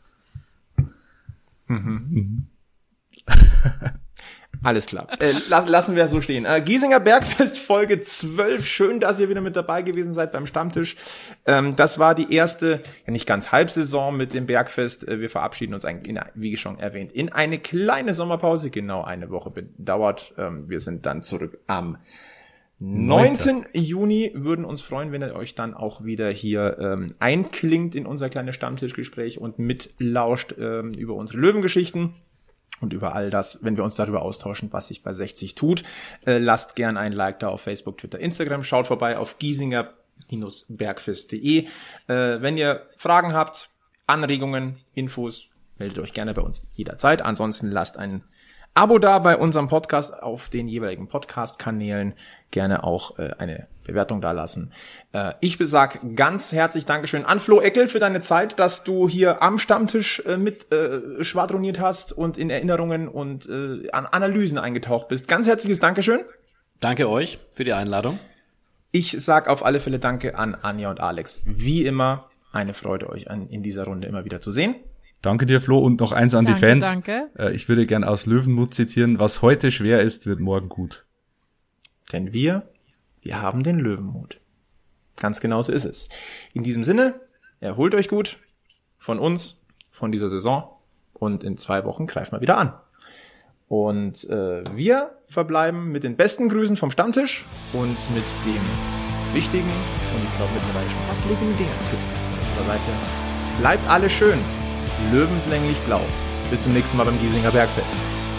Alles klar. Lassen wir so stehen. Giesinger Bergfest Folge 12. Schön, dass ihr wieder mit dabei gewesen seid beim Stammtisch. Das war die erste, ja nicht ganz Halbsaison mit dem Bergfest. Wir verabschieden uns eigentlich, wie schon erwähnt, in eine kleine Sommerpause. Genau eine Woche dauert. Wir sind dann zurück am 9. Juni. Würden uns freuen, wenn ihr euch dann auch wieder hier einklingt in unser kleines Stammtischgespräch und mitlauscht über unsere Löwengeschichten. Und über all das, wenn wir uns darüber austauschen, was sich bei 60 tut. Lasst gern ein Like da auf Facebook, Twitter, Instagram. Schaut vorbei auf giesinger-bergfest.de. Wenn ihr Fragen habt, Anregungen, Infos, meldet euch gerne bei uns jederzeit. Ansonsten lasst ein Abo da bei unserem Podcast auf den jeweiligen Podcast-Kanälen. Gerne auch eine Bewertung da lassen. Ich besag ganz herzlich Dankeschön an Flo Eckel für deine Zeit, dass du hier am Stammtisch mit schwadroniert hast und in Erinnerungen und an Analysen eingetaucht bist. Ganz herzliches Dankeschön. Danke euch für die Einladung. Ich sag auf alle Fälle Danke an Anja und Alex. Wie immer eine Freude, euch in dieser Runde immer wieder zu sehen. Danke dir, Flo, und noch eins an die Fans. Danke. Ich würde gern aus Löwenmut zitieren: Was heute schwer ist, wird morgen gut. Denn wir haben den Löwenmut. Ganz genau so ist es. In diesem Sinne, erholt euch gut von uns, von dieser Saison, und in 2 Wochen greifen wir wieder an. Und wir verbleiben mit den besten Grüßen vom Stammtisch und mit dem wichtigen und ich glaube mittlerweile schon fast legendären Tipp von unserer Seite. Bleibt alle schön, löwenslänglich blau. Bis zum nächsten Mal beim Giesinger Bergfest.